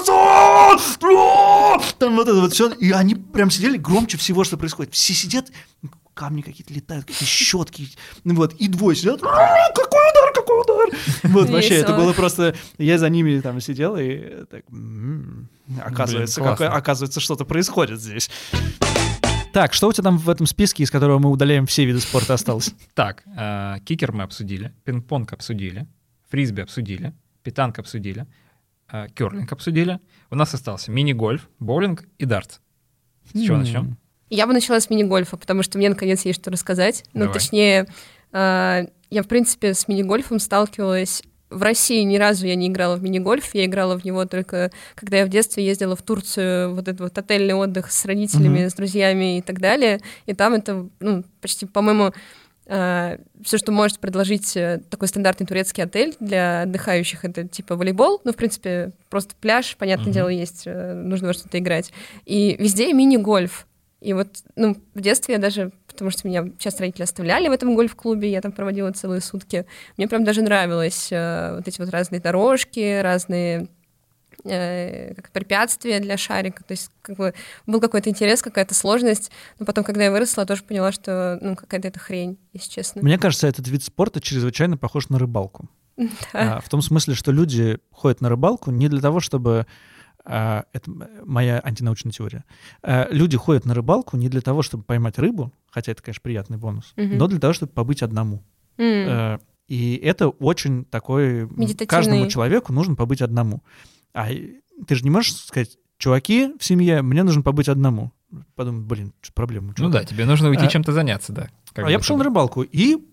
Там вот это вот все. И они прям сидели громче всего, что происходит. Все сидят, камни какие-то летают, какие-то щетки. Вот, и двое сидят. Какой удар! Вот, вообще, это было просто... Я за ними там сидел и так... Оказывается, что-то происходит здесь. Так, что у тебя там в этом списке, из которого мы удаляем все виды спорта, осталось? Так, кикер мы обсудили, пинг-понг обсудили, фрисби обсудили, питанг обсудили, кёрлинг обсудили. У нас остался мини-гольф, боулинг и дартс. С чего начнем? Я бы начала с мини-гольфа, потому что мне, наконец, есть что рассказать. Ну, точнее, я, в принципе, с мини-гольфом сталкивалась... В России ни разу я не играла в мини-гольф, я играла в него только когда я в детстве ездила в Турцию, вот этот вот отельный отдых с родителями, с друзьями и так далее. И там это, ну, почти, по-моему, все, что может предложить такой стандартный турецкий отель для отдыхающих, это типа волейбол, ну, в принципе, просто пляж, понятное дело, есть, нужно во что-то играть. И везде мини-гольф. И вот, ну, в детстве я даже, потому что меня часто родители оставляли в этом гольф-клубе, я там проводила целые сутки, мне прям даже нравилось вот эти вот разные дорожки, разные препятствия для шарика, то есть как бы был какой-то интерес, какая-то сложность, но потом, когда я выросла, тоже поняла, что, ну, какая-то это хрень, если честно. Мне кажется, этот вид спорта чрезвычайно похож на рыбалку. Да. В том смысле, что люди ходят на рыбалку не для того, чтобы... Это моя антинаучная теория. Люди ходят на рыбалку не для того, чтобы поймать рыбу, хотя это, конечно, приятный бонус, но для того, чтобы побыть одному. И это очень такой... Каждому человеку нужно побыть одному. А ты же не можешь сказать, чуваки в семье, мне нужно побыть одному. Подумай, что проблема. Ну да, тебе нужно уйти чем-то заняться, да. Я пошел на рыбалку, и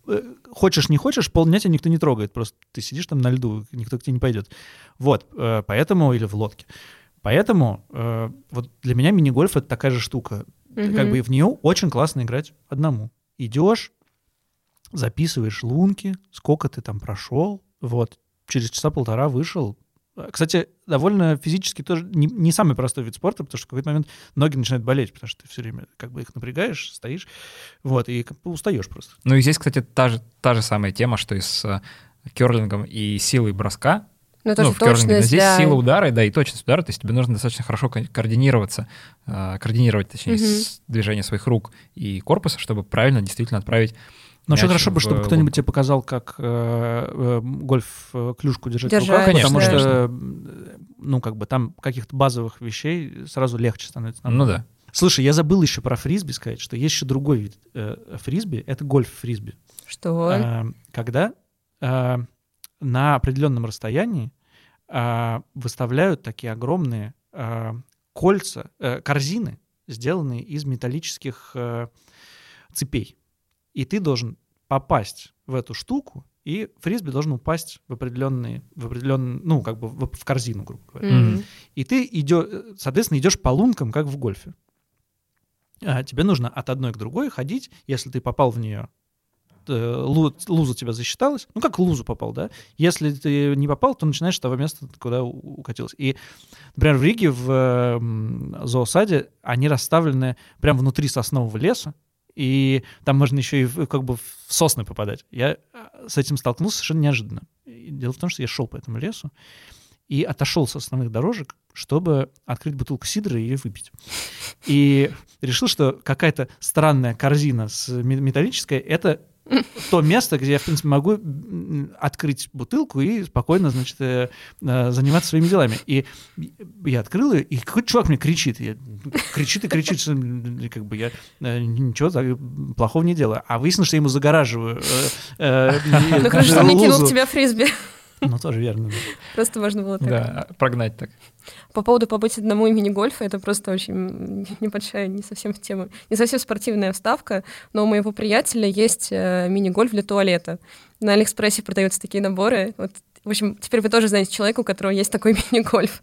хочешь, не хочешь, полдня тебя никто не трогает. Просто ты сидишь там на льду, никто к тебе не пойдет. Вот, поэтому, или в лодке. Поэтому вот для меня мини-гольф — это такая же штука. Как бы в нее очень классно играть одному. Идешь, записываешь лунки, сколько ты там прошел, вот, через часа полтора вышел. Кстати, довольно физически тоже не самый простой вид спорта, потому что в какой-то момент ноги начинают болеть, потому что ты все время как бы их напрягаешь, стоишь, вот, и как бы устаешь просто. Ну и здесь, кстати, та же самая тема, что и с керлингом и силой броска. Ну, тоже в керлинге. Но здесь да. сила удара, да, и точность удара, то есть тебе нужно достаточно хорошо координировать, точнее, движение своих рук и корпуса, чтобы правильно действительно отправить. Но очень хорошо бы, чтобы кто-нибудь тебе показал, как гольф-клюшку держать в руках, конечно, потому конечно. что, ну, как бы там каких-то базовых вещей сразу легче становится. Ну да. Слушай, я забыл еще про фрисби сказать, что есть еще другой вид фрисби, это гольф-фрисби. Что? Когда на определенном расстоянии выставляют такие огромные кольца, корзины, сделанные из металлических цепей. И ты должен попасть в эту штуку, и фрисби должен упасть в определенный, ну, как бы в корзину, грубо говоря. Mm-hmm. И ты соответственно, идешь по лункам, как в гольфе. Тебе нужно от одной к другой ходить. Если ты попал в нее, луза тебя засчиталась. Ну, как лузу попал, да? Если ты не попал, то начинаешь с того места, куда укатился. И, например, в Риге, в зоосаде, они расставлены прямо внутри соснового леса, и там можно еще и как бы в сосны попадать. Я с этим столкнулся совершенно неожиданно. Дело в том, что я шел по этому лесу и отошел с основных дорожек, чтобы открыть бутылку сидра и выпить. И решил, что какая-то странная корзина металлическая — это то место, где я, в принципе, могу открыть бутылку и спокойно, значит, заниматься своими делами. И я открыл ее, и какой-то чувак мне кричит. Кричит, как бы я ничего плохого не делаю. А выяснилось, что я ему загораживаю. Ну, хорошо, что он не кинул в тебя фрисби. Ну, тоже верно. Просто можно было так. Да, прогнать так. По поводу побыть одному и мини-гольфа, это просто очень небольшая, не совсем тема, не совсем спортивная вставка, но у моего приятеля есть мини-гольф для туалета. На Алиэкспрессе продаются такие наборы. Вот, в общем, теперь вы тоже знаете человека, у которого есть такой мини-гольф.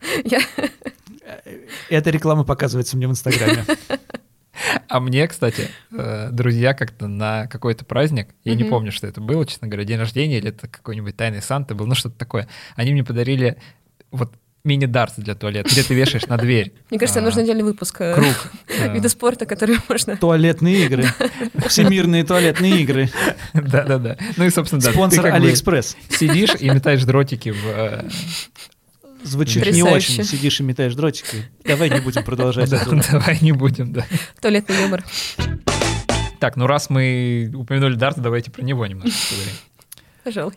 Эта реклама показывается мне в Инстаграме. А мне, кстати, друзья как-то на какой-то праздник, я не помню, что это было, честно говоря, день рождения или это какой-нибудь тайный Санта был, ну что-то такое. Они мне подарили вот мини-дартс для туалета, где ты вешаешь на дверь. Мне кажется, нужно отдельный выпуск круг вида спорта, который можно... Туалетные игры. Всемирные туалетные игры. Да-да-да. Ну и, собственно, да. Спонсор Алиэкспресс. Сидишь и метаешь дротики в... Звучит не очень. Сидишь и метаешь дротики. Давай не будем продолжать. Давай не будем, да. Туалетный юмор. Так, ну раз мы упомянули дарт, давайте про него немножко поговорим. Пожалуй.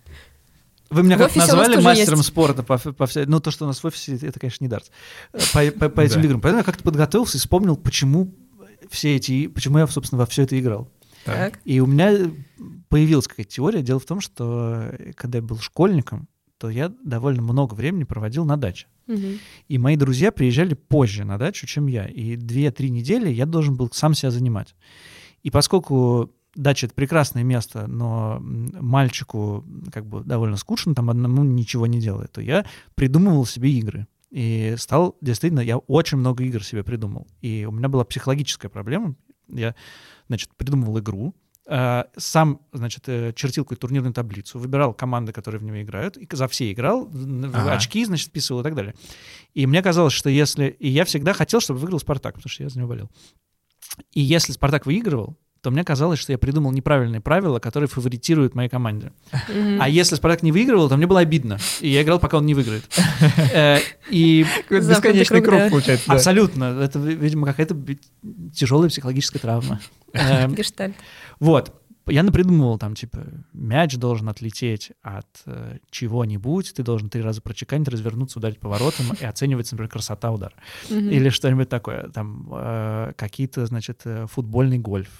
Вы меня как назвали мастером спорта по всей... Ну, то, что у нас в офисе, это, конечно, не дартс. По этим играм. Поэтому я как-то подготовился и вспомнил, почему я, собственно, во все это играл. Так. И у меня появилась какая-то теория. Дело в том, что когда я был школьником, то я довольно много времени проводил на даче. И мои друзья приезжали позже на дачу, чем я. И 2-3 недели я должен был сам себя занимать. И поскольку дача — это прекрасное место, но мальчику как бы довольно скучно там одному ничего не делать, то я придумывал себе игры. И действительно, я очень много игр себе придумал. И у меня была психологическая проблема. Я, значит, придумывал игру, сам, значит, чертил какую-то турнирную таблицу, выбирал команды, которые в него играют, и за все играл, очки, значит, вписывал и так далее. И мне казалось, что если... И я всегда хотел, чтобы выиграл «Спартак», потому что я за него болел. И если «Спартак» выигрывал, то мне казалось, что я придумал неправильные правила, которые фаворитируют моей команде. А если «Спартак» не выигрывал, то мне было обидно. И я играл, пока он не выиграет. И бесконечный круг получается. Абсолютно. Это, видимо, какая-то тяжелая психологическая травма. Гештальт. Вот. Я напридумывал там, типа, мяч должен отлететь от чего-нибудь, ты должен 3 раза прочеканить, развернуться, ударить поворотом и оценивается, например, красота удара. Или что-нибудь такое. Там какие-то, значит, футбольный гольф.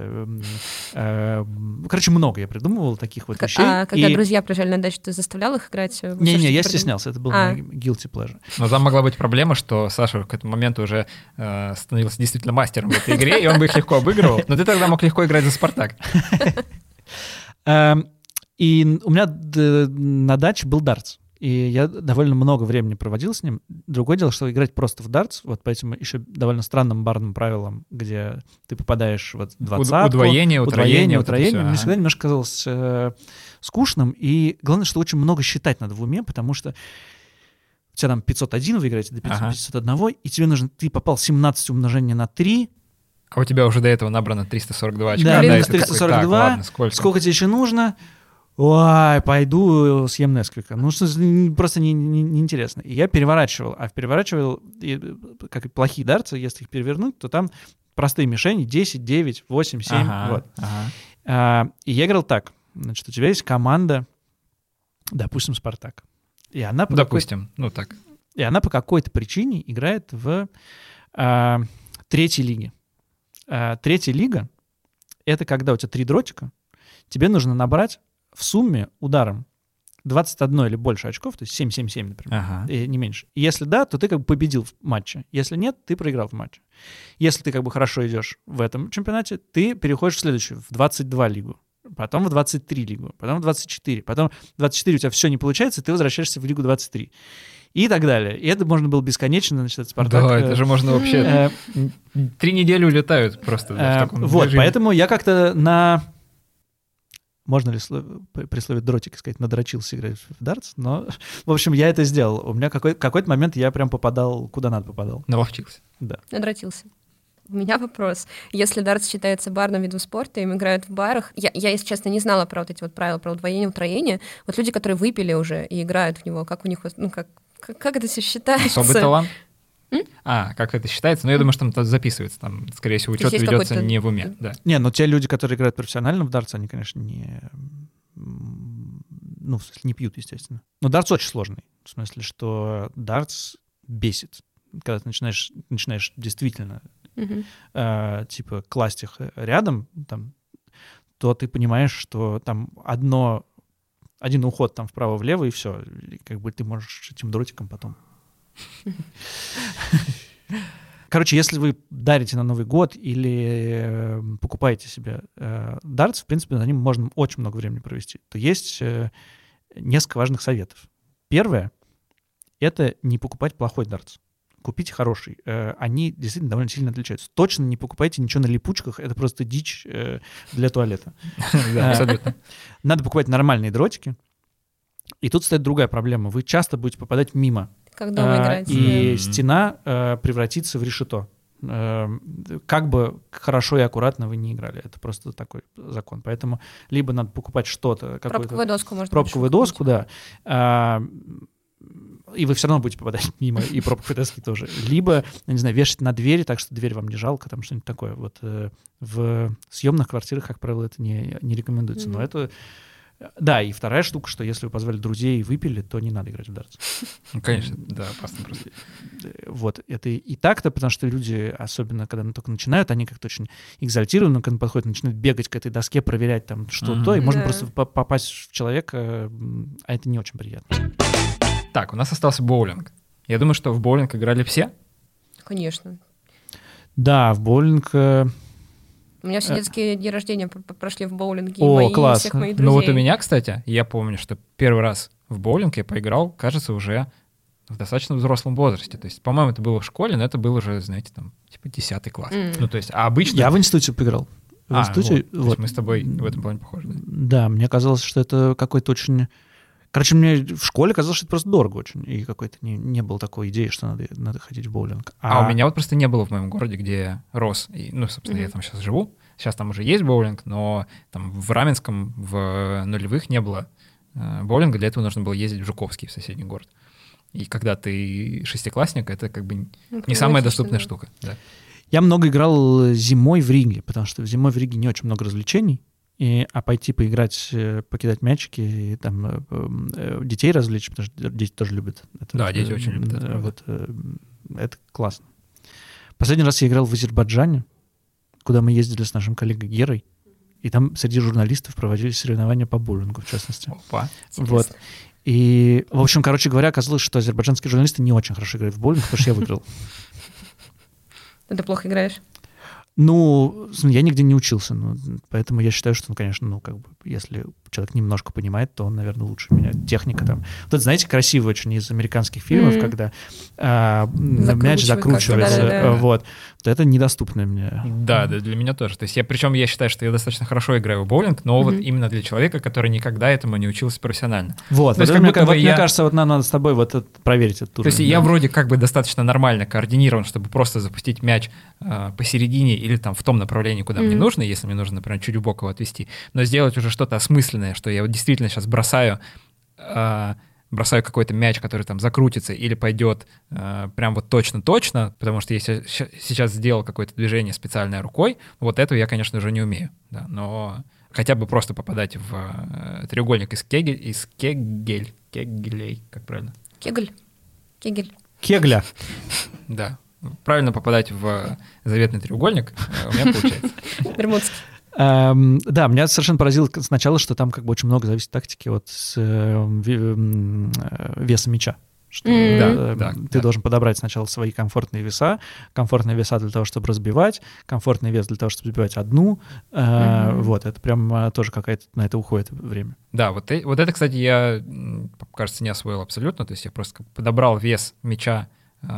Короче, много я придумывал таких вот вещей. А когда друзья приезжали на дачу, ты заставлял их играть? Не-не, я стеснялся, это был мой guilty pleasure. Но там могла быть проблема, что Саша к этому моменту уже становился действительно мастером в этой игре, и он бы их легко обыгрывал, но ты тогда мог легко играть за «Спартак». И у меня на даче был дартс. И я довольно много времени проводил с ним. Другое дело, что играть просто в дартс, вот по этим еще довольно странным барным правилам, где ты попадаешь в двадцатку. Удвоение, утроение. Мне всегда немножко казалось скучным. И главное, что очень много считать надо в уме, потому что у тебя там 501, вы играете до 501, и тебе нужно, ты попал 17 умножение на 3. А у тебя уже до этого набрано 342 очка. Да, минус 342. Сколько тебе еще нужно? Ой, пойду съем Несквика. Ну, что просто неинтересно. И я переворачивал. А переворачивал, как и плохие дартсы, если их перевернуть, то там простые мишени 10, 9, 8, 7. Вот. И я играл так. Значит, у тебя есть команда, допустим, «Спартак». И она по так. И она по какой-то причине играет в третьей лиге. Третья лига — это когда у тебя 3 дротика, тебе нужно набрать в сумме ударом 21 или больше очков, то есть 7-7-7, например, и не меньше. И если да, то ты как бы победил в матче. Если нет, ты проиграл в матче. Если ты как бы хорошо идешь в этом чемпионате, ты переходишь в следующую, в 22 лигу, потом в 23 лигу, потом в 24, потом в 24 у тебя все не получается, ты возвращаешься в лигу 23. И так далее. И это можно было бесконечно, значит, от «Спартак». Да, это же можно вообще... 3 недели улетают просто в таком Вот, режиме. поэтому я как-то Можно ли при слове «дротик» сказать, надрочился играть в дартс, но, в общем, я это сделал. У меня какой-то момент я прям попадал, куда надо попадал. Наловчился. Да. Надрочился. У меня вопрос. Если дартс считается барным видом спорта, им играют в барах. Я, если честно, не знала про вот эти вот правила про удвоение, утроение. Вот люди, которые выпили уже и играют в него, как у них, ну, как это все считается? Особый талант? Как это считается? Ну, я думаю, что там записывается. Там, скорее всего, учет ведется не в уме. Да. Не, но те люди, которые играют профессионально в дартс, они, конечно, не пьют, естественно. Но дартс очень сложный. В смысле, что дартс бесит. Когда ты начинаешь действительно типа класть их рядом, там, то ты понимаешь, что там один уход там вправо-влево, и все. И как бы ты можешь этим дротиком потом. Короче, если вы дарите на Новый год или покупаете себе дартс, в принципе, на ним можно очень много времени провести, то есть несколько важных советов. Первое — это не покупать плохой дартс. Купите хороший. Они действительно довольно сильно отличаются. Точно не покупайте ничего на липучках, это просто дичь для туалета. Да, абсолютно. Надо покупать нормальные дротики. И тут стоит другая проблема. Вы часто будете попадать мимо. Как дома играете. И стена превратится в решето. Как бы хорошо и аккуратно вы не играли. Это просто такой закон. Поэтому либо надо покупать что-то... Пробковую доску можно. Пробковую доску, да. И вы все равно будете попадать мимо, и пробковые доски тоже. Либо, не знаю, вешать на двери, так что дверь вам не жалко, там что-нибудь такое. Вот в съемных квартирах, как правило, это не рекомендуется. Но это... Да, и вторая штука, что если вы позвали друзей и выпили, то не надо играть в дартс. Ну, конечно, да, опасно просто. Вот, это и так-то, потому что люди, особенно когда только начинают, они как-то очень экзальтированно, когда подходят, начинают бегать к этой доске, проверять там что-то, и можно просто попасть в человека, а это не очень приятно. Так, у нас остался боулинг. Я думаю, что в боулинг играли все. Конечно. Да, в боулинг... У меня все детские дни рождения прошли в боулинге. Класс. Всех моих друзей. Ну вот у меня, кстати, я помню, что первый раз в боулинг я поиграл, кажется, уже в достаточно взрослом возрасте. То есть, по-моему, это было в школе, но это был уже, знаете, там, типа 10 класс. Ну, то есть, а обычно... Я в институте поиграл. В институте... Вот. То есть мы с тобой в этом плане похожи, да? Да, мне казалось, что это какой-то очень... Короче, мне в школе казалось, что это просто дорого очень. И какой-то не было такой идеи, что надо ходить в боулинг. А у меня вот просто не было в моем городе, где я рос. И, ну, собственно, я там сейчас живу. Сейчас там уже есть боулинг, но там в Раменском в нулевых не было боулинга. Для этого нужно было ездить в Жуковский, в соседний город. И когда ты шестиклассник, это как бы не самая доступная штука. Да. Я много играл зимой в Риге, потому что зимой в Риге не очень много развлечений. А пойти поиграть, покидать мячики, и там детей развлечь, потому что дети тоже любят это. Да, дети очень любят это. Вот, это классно. Последний раз я играл в Азербайджане, куда мы ездили с нашим коллегой Герой, и там среди журналистов проводились соревнования по боулингу, в частности. Опа. Вот. И, в общем, короче говоря, оказалось, что азербайджанские журналисты не очень хорошо играют в боулинг, потому что я выиграл. Ты плохо играешь? Ну, я нигде не учился, поэтому я считаю, что, конечно, если человек немножко понимает, то он, наверное, лучше меня. Техника там. Вот это, знаете, красиво очень из американских фильмов, когда мяч закручивается. Вот. Вот это недоступно мне. Да, для меня тоже. То есть причем я считаю, что я достаточно хорошо играю в боулинг, но вот именно для человека, который никогда этому не учился профессионально. Вот. То есть, мне кажется, вот нам надо с тобой проверить этот уровень. То есть я вроде как бы достаточно нормально координирован, чтобы просто запустить мяч посередине или там в том направлении, куда мне нужно, если мне нужно, например, чуть убок его отвести, но сделать уже что-то осмысленное, что я вот действительно сейчас бросаю какой-то мяч, который там закрутится или пойдет прям вот точно-точно, потому что если я сейчас сделал какое-то движение специальной рукой, вот этого я, конечно, уже не умею, да, но хотя бы просто попадать в треугольник из кегелей, как правильно? Кегель. Кегля. Да. Правильно попадать в заветный треугольник у меня получается. Бермудский. Да, меня совершенно поразило сначала, что там как бы очень много зависит от тактики с веса мяча. Что ты должен подобрать сначала свои комфортные веса для того, чтобы разбивать, комфортный вес для того, чтобы забивать одну. Вот, это прям тоже какая-то на это уходит время. Да, вот это, кстати, я, кажется, не освоил абсолютно. То есть я просто подобрал вес мяча,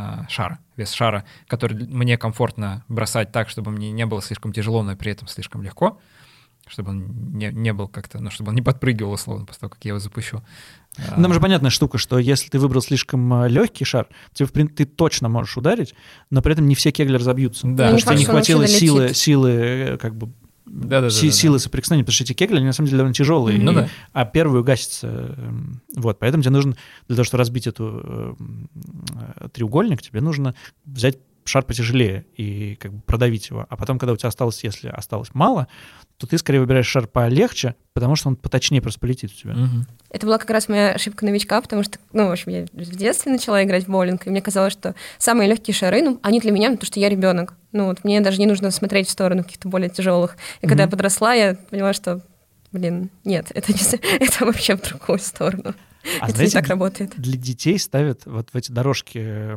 вес шара, который мне комфортно бросать так, чтобы мне не было слишком тяжело, но при этом слишком легко, чтобы он не был как-то, чтобы он не подпрыгивал условно после того, как я его запущу. Нам же понятная штука, что если ты выбрал слишком легкий шар, ты точно можешь ударить, но при этом не все кегли разобьются. Да. Потому что тебе не хватило силы как бы силы соприкосновения, потому что эти кегли, они на самом деле довольно тяжелые, а первую гасится. Вот, поэтому тебе нужно, для того, чтобы разбить эту треугольник, тебе нужно взять шар потяжелее и как бы продавить его. А потом, когда у тебя если осталось мало, то ты скорее выбираешь шар полегче, потому что он поточнее просто полетит у тебя. Это была как раз моя ошибка новичка, потому что, в общем, я в детстве начала играть в боулинг, и мне казалось, что самые легкие шары, они для меня, потому что я ребенок. Мне даже не нужно смотреть в сторону каких-то более тяжелых. И когда я подросла, я поняла, что, нет, это вообще в другую сторону. Это знаете, не так работает. Для детей ставят вот в эти дорожки,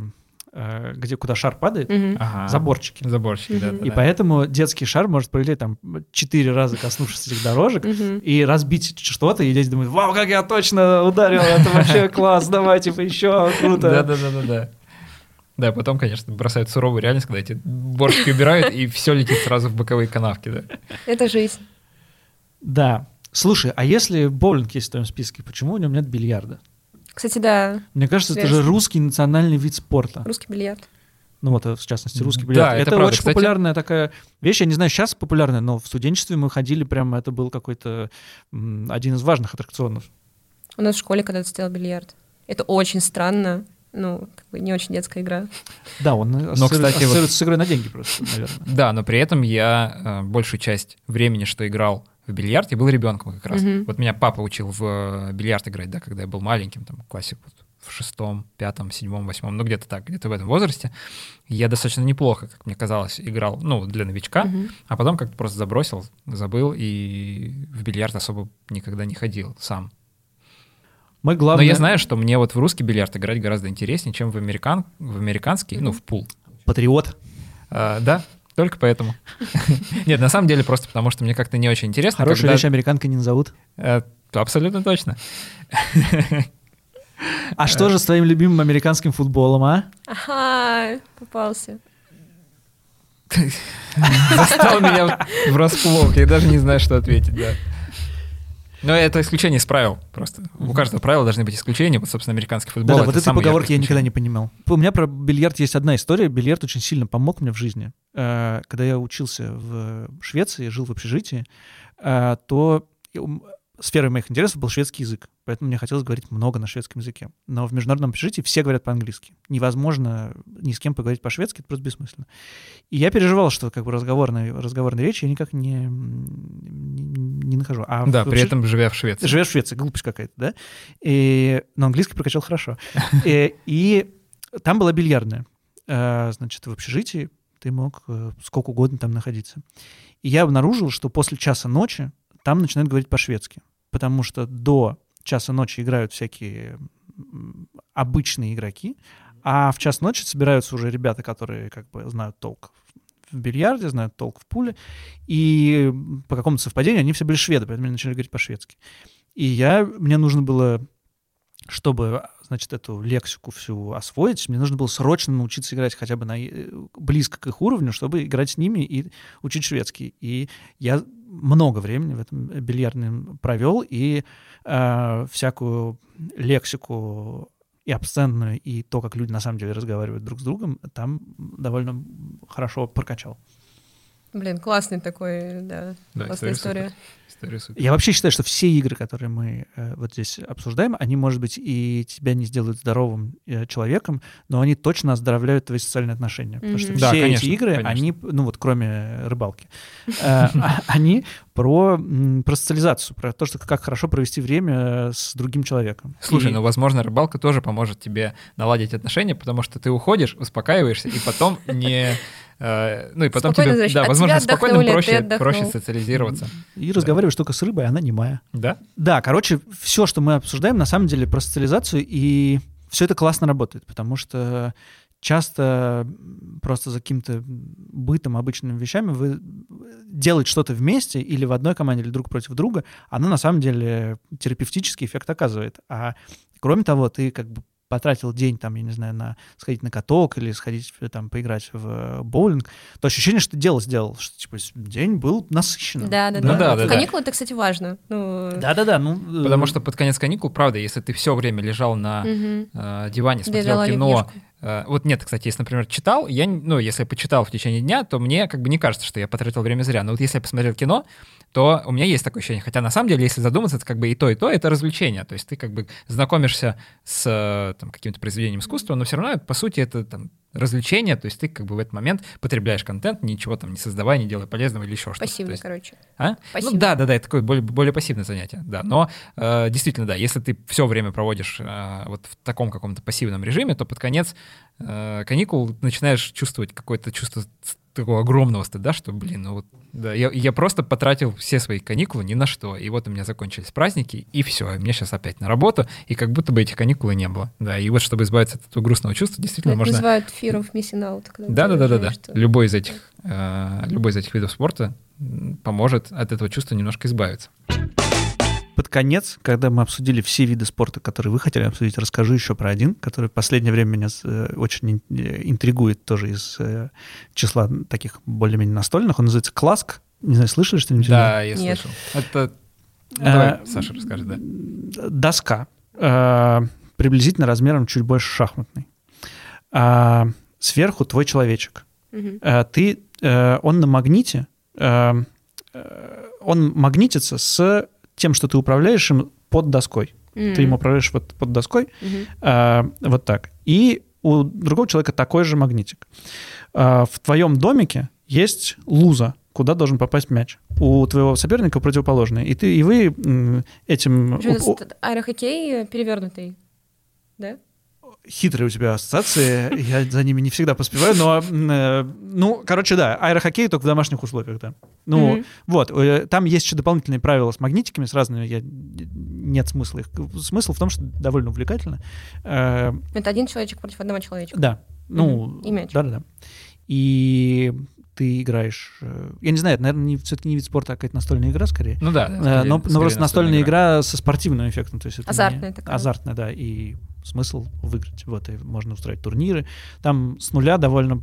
куда шар падает, заборчики. Заборчики, да. И поэтому детский шар может пролететь там 4 раза, коснувшись этих дорожек, и разбить что-то, и дети думают: вау, как я точно ударил, это вообще класс, давай, еще, круто. Да. Да, потом, конечно, бросают суровую реальность, когда эти борщики убирают, и все летит сразу в боковые канавки, да. Это жизнь. Да. Слушай, а если боулинг есть в твоем списке, почему в нем нет бильярда? Кстати, да. Мне кажется, это же русский национальный вид спорта. Русский бильярд. В частности, русский бильярд. Да, это правда, очень популярная такая вещь. Я не знаю, сейчас популярная, но в студенчестве мы ходили прямо, это был какой-то один из важных аттракционов. У нас в школе когда-то стоял бильярд. Это очень странно. Не очень детская игра. Да, он ассоциируется с игрой на деньги просто, наверное. Да, но при этом я большую часть времени, что играл в бильярд, я был ребенком как раз. Вот меня папа учил в бильярд играть, да, когда я был маленьким, там, в классе в 6, 5, 7, 8, где-то так, где-то в этом возрасте. Я достаточно неплохо, как мне казалось, играл, для новичка, а потом как-то просто забыл, и в бильярд особо никогда не ходил сам. Но я знаю, что мне вот в русский бильярд играть гораздо интереснее, чем в американский, в пул. Патриот. Да, только поэтому. Нет, на самом деле просто потому, что мне как-то не очень интересно. Хорошую вещь американкой не назовут. Абсолютно точно. А что же с твоим любимым американским футболом, а? Ага, попался. Застал меня врасплох, я даже не знаю, что ответить, да. Но это исключение из правил просто. У каждого правила должны быть исключения. Вот, собственно, американский футбол. Да, вот этой поговорки я никогда не понимал. У меня про бильярд есть одна история. Бильярд очень сильно помог мне в жизни. Когда я учился в Швеции, жил в общежитии, то сферой моих интересов был шведский язык. Поэтому мне хотелось говорить много на шведском языке. Но в международном общежитии все говорят по-английски. Невозможно ни с кем поговорить по-шведски, это просто бессмысленно. И я переживал, что как бы разговорной речи я никак не нахожу. Да, при этом живя в Швеции. Живя в Швеции, глупость какая-то, да? Но английский прокачал хорошо. И там была бильярдная. Значит, в общежитии ты мог сколько угодно там находиться. И я обнаружил, что после часа ночи там начинают говорить по-шведски, потому что до часа ночи играют всякие обычные игроки, а в час ночи собираются уже ребята, которые как бы знают толк в бильярде, знают толк в пуле, и по какому-то совпадению они все были шведы, поэтому они начали говорить по-шведски. И мне нужно было, чтобы, значит, эту лексику всю освоить, мне нужно было срочно научиться играть хотя бы близко к их уровню, чтобы играть с ними и учить шведский. И я много времени в этом бильярдном провел, и всякую лексику и обсценную, и то, как люди на самом деле разговаривают друг с другом, там довольно хорошо прокачал. Блин, классный такой, да классная история. Я вообще считаю, что все игры, которые мы вот здесь обсуждаем, они, может быть, и тебя не сделают здоровым человеком, но они точно оздоровляют твои социальные отношения. Потому что все эти игры, они, ну вот кроме рыбалки, они про социализацию, про то, что как хорошо провести время с другим человеком. Слушай, ну, возможно, рыбалка тоже поможет тебе наладить отношения, потому что ты уходишь, успокаиваешься, и потом не... Ну и потом тебе, да, возможно, спокойно проще социализироваться. И разговариваешь только с рыбой, она немая. Да? Да, короче, все, что мы обсуждаем, на самом деле про социализацию, и все это классно работает, потому что часто просто за каким-то бытом, обычными вещами вы делаете что-то вместе или в одной команде, или друг против друга, оно на самом деле терапевтический эффект оказывает. А кроме того, ты как бы потратил день, там, я не знаю, сходить на каток или сходить там поиграть в боулинг, то ощущение, что ты дело сделал, что типа день был насыщенным. Да. Каникулы это, кстати, важно. Да. Потому что под конец каникул, правда, если ты все время лежал на диване, смотрел кино. Вот нет, кстати, если, например, читал, если я почитал в течение дня, то мне как бы не кажется, что я потратил время зря. Но вот если я посмотрел кино, то у меня есть такое ощущение. Хотя на самом деле, если задуматься, это как бы и то, это развлечение. То есть ты как бы знакомишься с каким-то произведением искусства, но все равно, по сути, это там развлечение, то есть ты как бы в этот момент потребляешь контент, ничего там не создавая, не делая полезного или еще что-то. Пассивно, короче. Ну да, это такое более пассивное занятие, да. Но действительно, да, если ты все время проводишь вот в таком каком-то пассивном режиме, то под конец каникул начинаешь чувствовать какое-то чувство такого огромного стыда, что, я просто потратил все свои каникулы ни на что, и вот у меня закончились праздники, и все, и мне сейчас опять на работу, и как будто бы этих каникул и не было. Да, и вот чтобы избавиться от этого грустного чувства, действительно можно... Называют fear of missing out. Да. Любой из этих видов спорта поможет от этого чувства немножко избавиться. Под конец, когда мы обсудили все виды спорта, которые вы хотели обсудить, расскажу еще про один, который в последнее время меня очень интригует, тоже из числа таких более-менее настольных. Он называется Класк. Не знаю, слышали что-нибудь? Да, я слышал. Это... Давай, Саша, расскажи, да. Доска, приблизительно размером чуть больше шахматной. Сверху твой человечек. Он на магните, он магнитится с тем, что ты управляешь им под доской. Ты им управляешь вот под доской, вот так. И у другого человека такой же магнитик. В твоем домике есть луза, куда должен попасть мяч. У твоего соперника противоположное. И вы этим... Аэрохоккей перевернутый, да? Хитрые у тебя ассоциации, я за ними не всегда поспеваю, но, короче, да, аэрохоккей только в домашних условиях, да. Вот, там есть еще дополнительные правила с магнитиками, с разными, нет смысла их. Смысл в том, что довольно увлекательно. Это один человечек против одного человечка. Да, и мяч. Да. И ты играешь... Я не знаю, это, наверное, все-таки не вид спорта, а какая-то настольная игра, скорее. Ну да. Но просто настольная игра со спортивным эффектом. То есть это азартная такая. Азартная, да, и смысл выиграть. Вот, и можно устроить турниры. Там с нуля довольно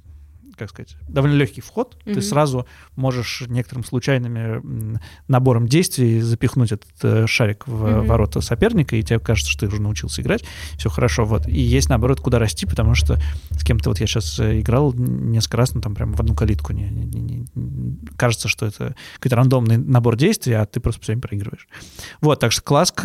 легкий вход. Ты сразу можешь некоторым случайным набором действий запихнуть этот шарик в ворота соперника, и тебе кажется, что ты уже научился играть. Все хорошо. Вот. И есть, наоборот, куда расти, потому что с кем-то вот я сейчас играл несколько раз, там прям в одну калитку. Кажется, что это какой-то рандомный набор действий, а ты просто все время проигрываешь. Вот, так что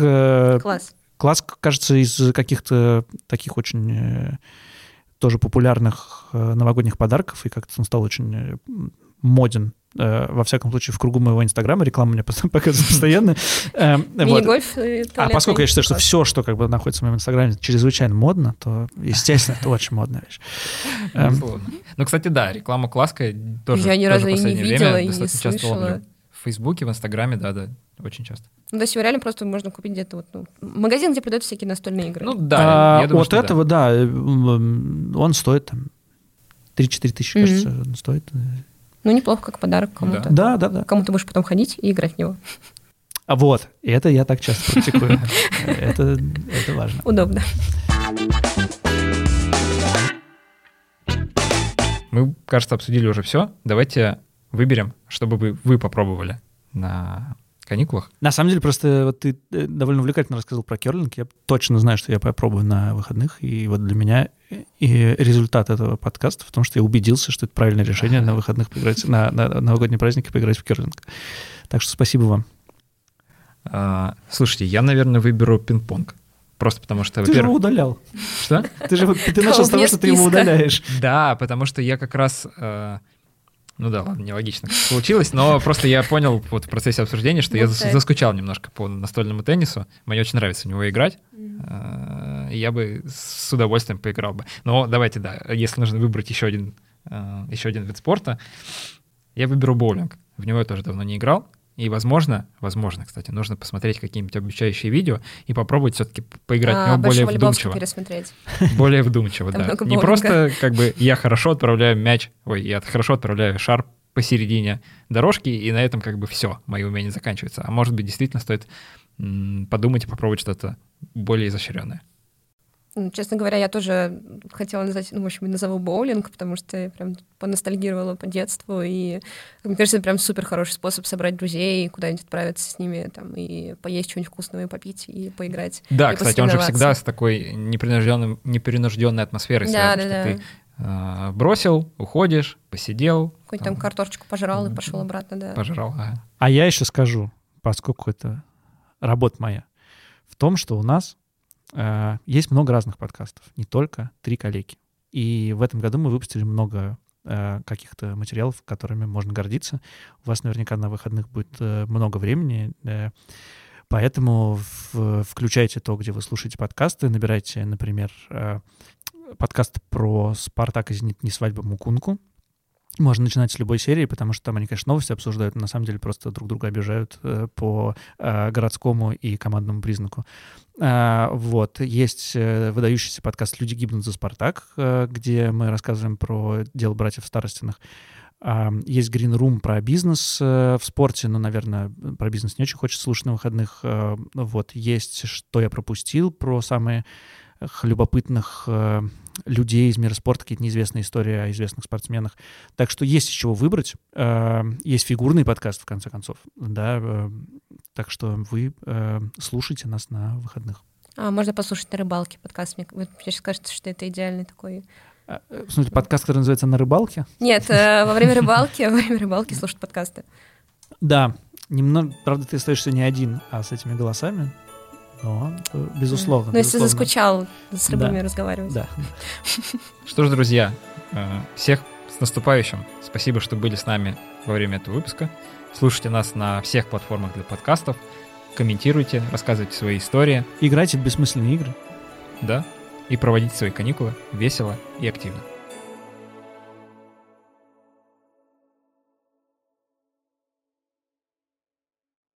Класс, кажется, из каких-то таких очень тоже популярных новогодних подарков, и как-то он стал очень моден. Во всяком случае, в кругу моего Инстаграма реклама мне показывает постоянно. Мини-гольф. А поскольку я считаю, что все, что как бы находится в моем Инстаграме, чрезвычайно модно, то, естественно, это очень модная вещь. Ну, кстати, да, реклама Класка тоже я ни разу и не видела, и не достаточно часто слышала. В Фейсбуке, в Инстаграме, да, очень часто. Ну, то есть его реально просто можно купить где-то магазин, где продаются всякие настольные игры. Ну да, я думаю, от этого, да, он стоит там 3-4 тысячи, кажется, стоит. Ну, неплохо, как подарок кому-то. Да. Кому ты будешь потом ходить и играть в него. А вот, это я так часто практикую. Это важно. Удобно. Мы, кажется, обсудили уже все. Давайте выберем, чтобы вы попробовали на каникулах. На самом деле, просто вот ты довольно увлекательно рассказал про керлинг. Я точно знаю, что я попробую на выходных. И вот для меня и результат этого подкаста в том, что я убедился, что это правильное решение на выходных поиграть, на новогодние праздники поиграть в керлинг. Так что спасибо вам. Слушайте, я, наверное, выберу пинг-понг. Просто потому что, во-первых... Ты же его удалял. Что? Ты начал с того, что ты его удаляешь. Да, потому что я как раз... Ну да, ладно, нелогично получилось, но просто я понял вот в процессе обсуждения, что я заскучал немножко по настольному теннису. Мне очень нравится в него играть. Я бы с удовольствием поиграл бы. Но давайте, да, если нужно выбрать еще один вид спорта, я выберу боулинг. В него я тоже давно не играл. И, возможно, кстати, нужно посмотреть какие-нибудь обучающие видео и попробовать все-таки поиграть в него более вдумчиво. Более вдумчиво, да. Не просто как бы я хорошо отправляю хорошо отправляю шар посередине дорожки, и на этом как бы все, мои умения заканчиваются. А может быть, действительно стоит подумать и попробовать что-то более изощренное. Честно говоря, я тоже хотела назвать, в общем, назову боулинг, потому что я прям поностальгировала по детству, и, мне кажется, это прям супер хороший способ собрать друзей, куда-нибудь отправиться с ними, там, и поесть что-нибудь вкусного, и попить, и поиграть. Да, кстати, он же всегда с такой непринужденной атмосферой связан, что ты бросил, уходишь, посидел. Какую-нибудь там картошечку пожрал и пошел обратно, да. Пожрал, ага. А я еще скажу, поскольку это работа моя, в том, что у нас есть много разных подкастов, не только «Три коллеги». И в этом году мы выпустили много каких-то материалов, которыми можно гордиться. У вас наверняка на выходных будет много времени, поэтому включайте то, где вы слушаете подкасты, набирайте, например, подкаст про «Спартак» и «Зенит. Не свадьба Мукунку». Можно начинать с любой серии, потому что там они, конечно, новости обсуждают, но на самом деле просто друг друга обижают по городскому и командному признаку. Вот. Есть выдающийся подкаст «Люди гибнут за Спартак», где мы рассказываем про дело братьев Старостиных. Есть Green Room про бизнес в спорте, но, наверное, про бизнес не очень хочется слушать на выходных. Вот. Есть «Что я пропустил» про самые любопытных людей из мира спорта, какие-то неизвестные истории о известных спортсменах. Так что есть из чего выбрать. Есть фигурный подкаст, в конце концов. Да? Так что вы слушайте нас на выходных. Можно послушать на рыбалке подкаст. Мне сейчас кажется, что это идеальный такой... В смысле, подкаст, который называется «На рыбалке»? Нет, во время рыбалки слушать подкасты. Да. Немного, правда, ты остаешься не один, а с этими голосами. Но, безусловно. Но если заскучал с рыбами разговаривать. Да. Что ж, друзья, всех с наступающим. Спасибо, что были с нами во время этого выпуска. Слушайте нас на всех платформах для подкастов. Комментируйте, рассказывайте свои истории. Играйте в бессмысленные игры. Да. И проводите свои каникулы весело и активно.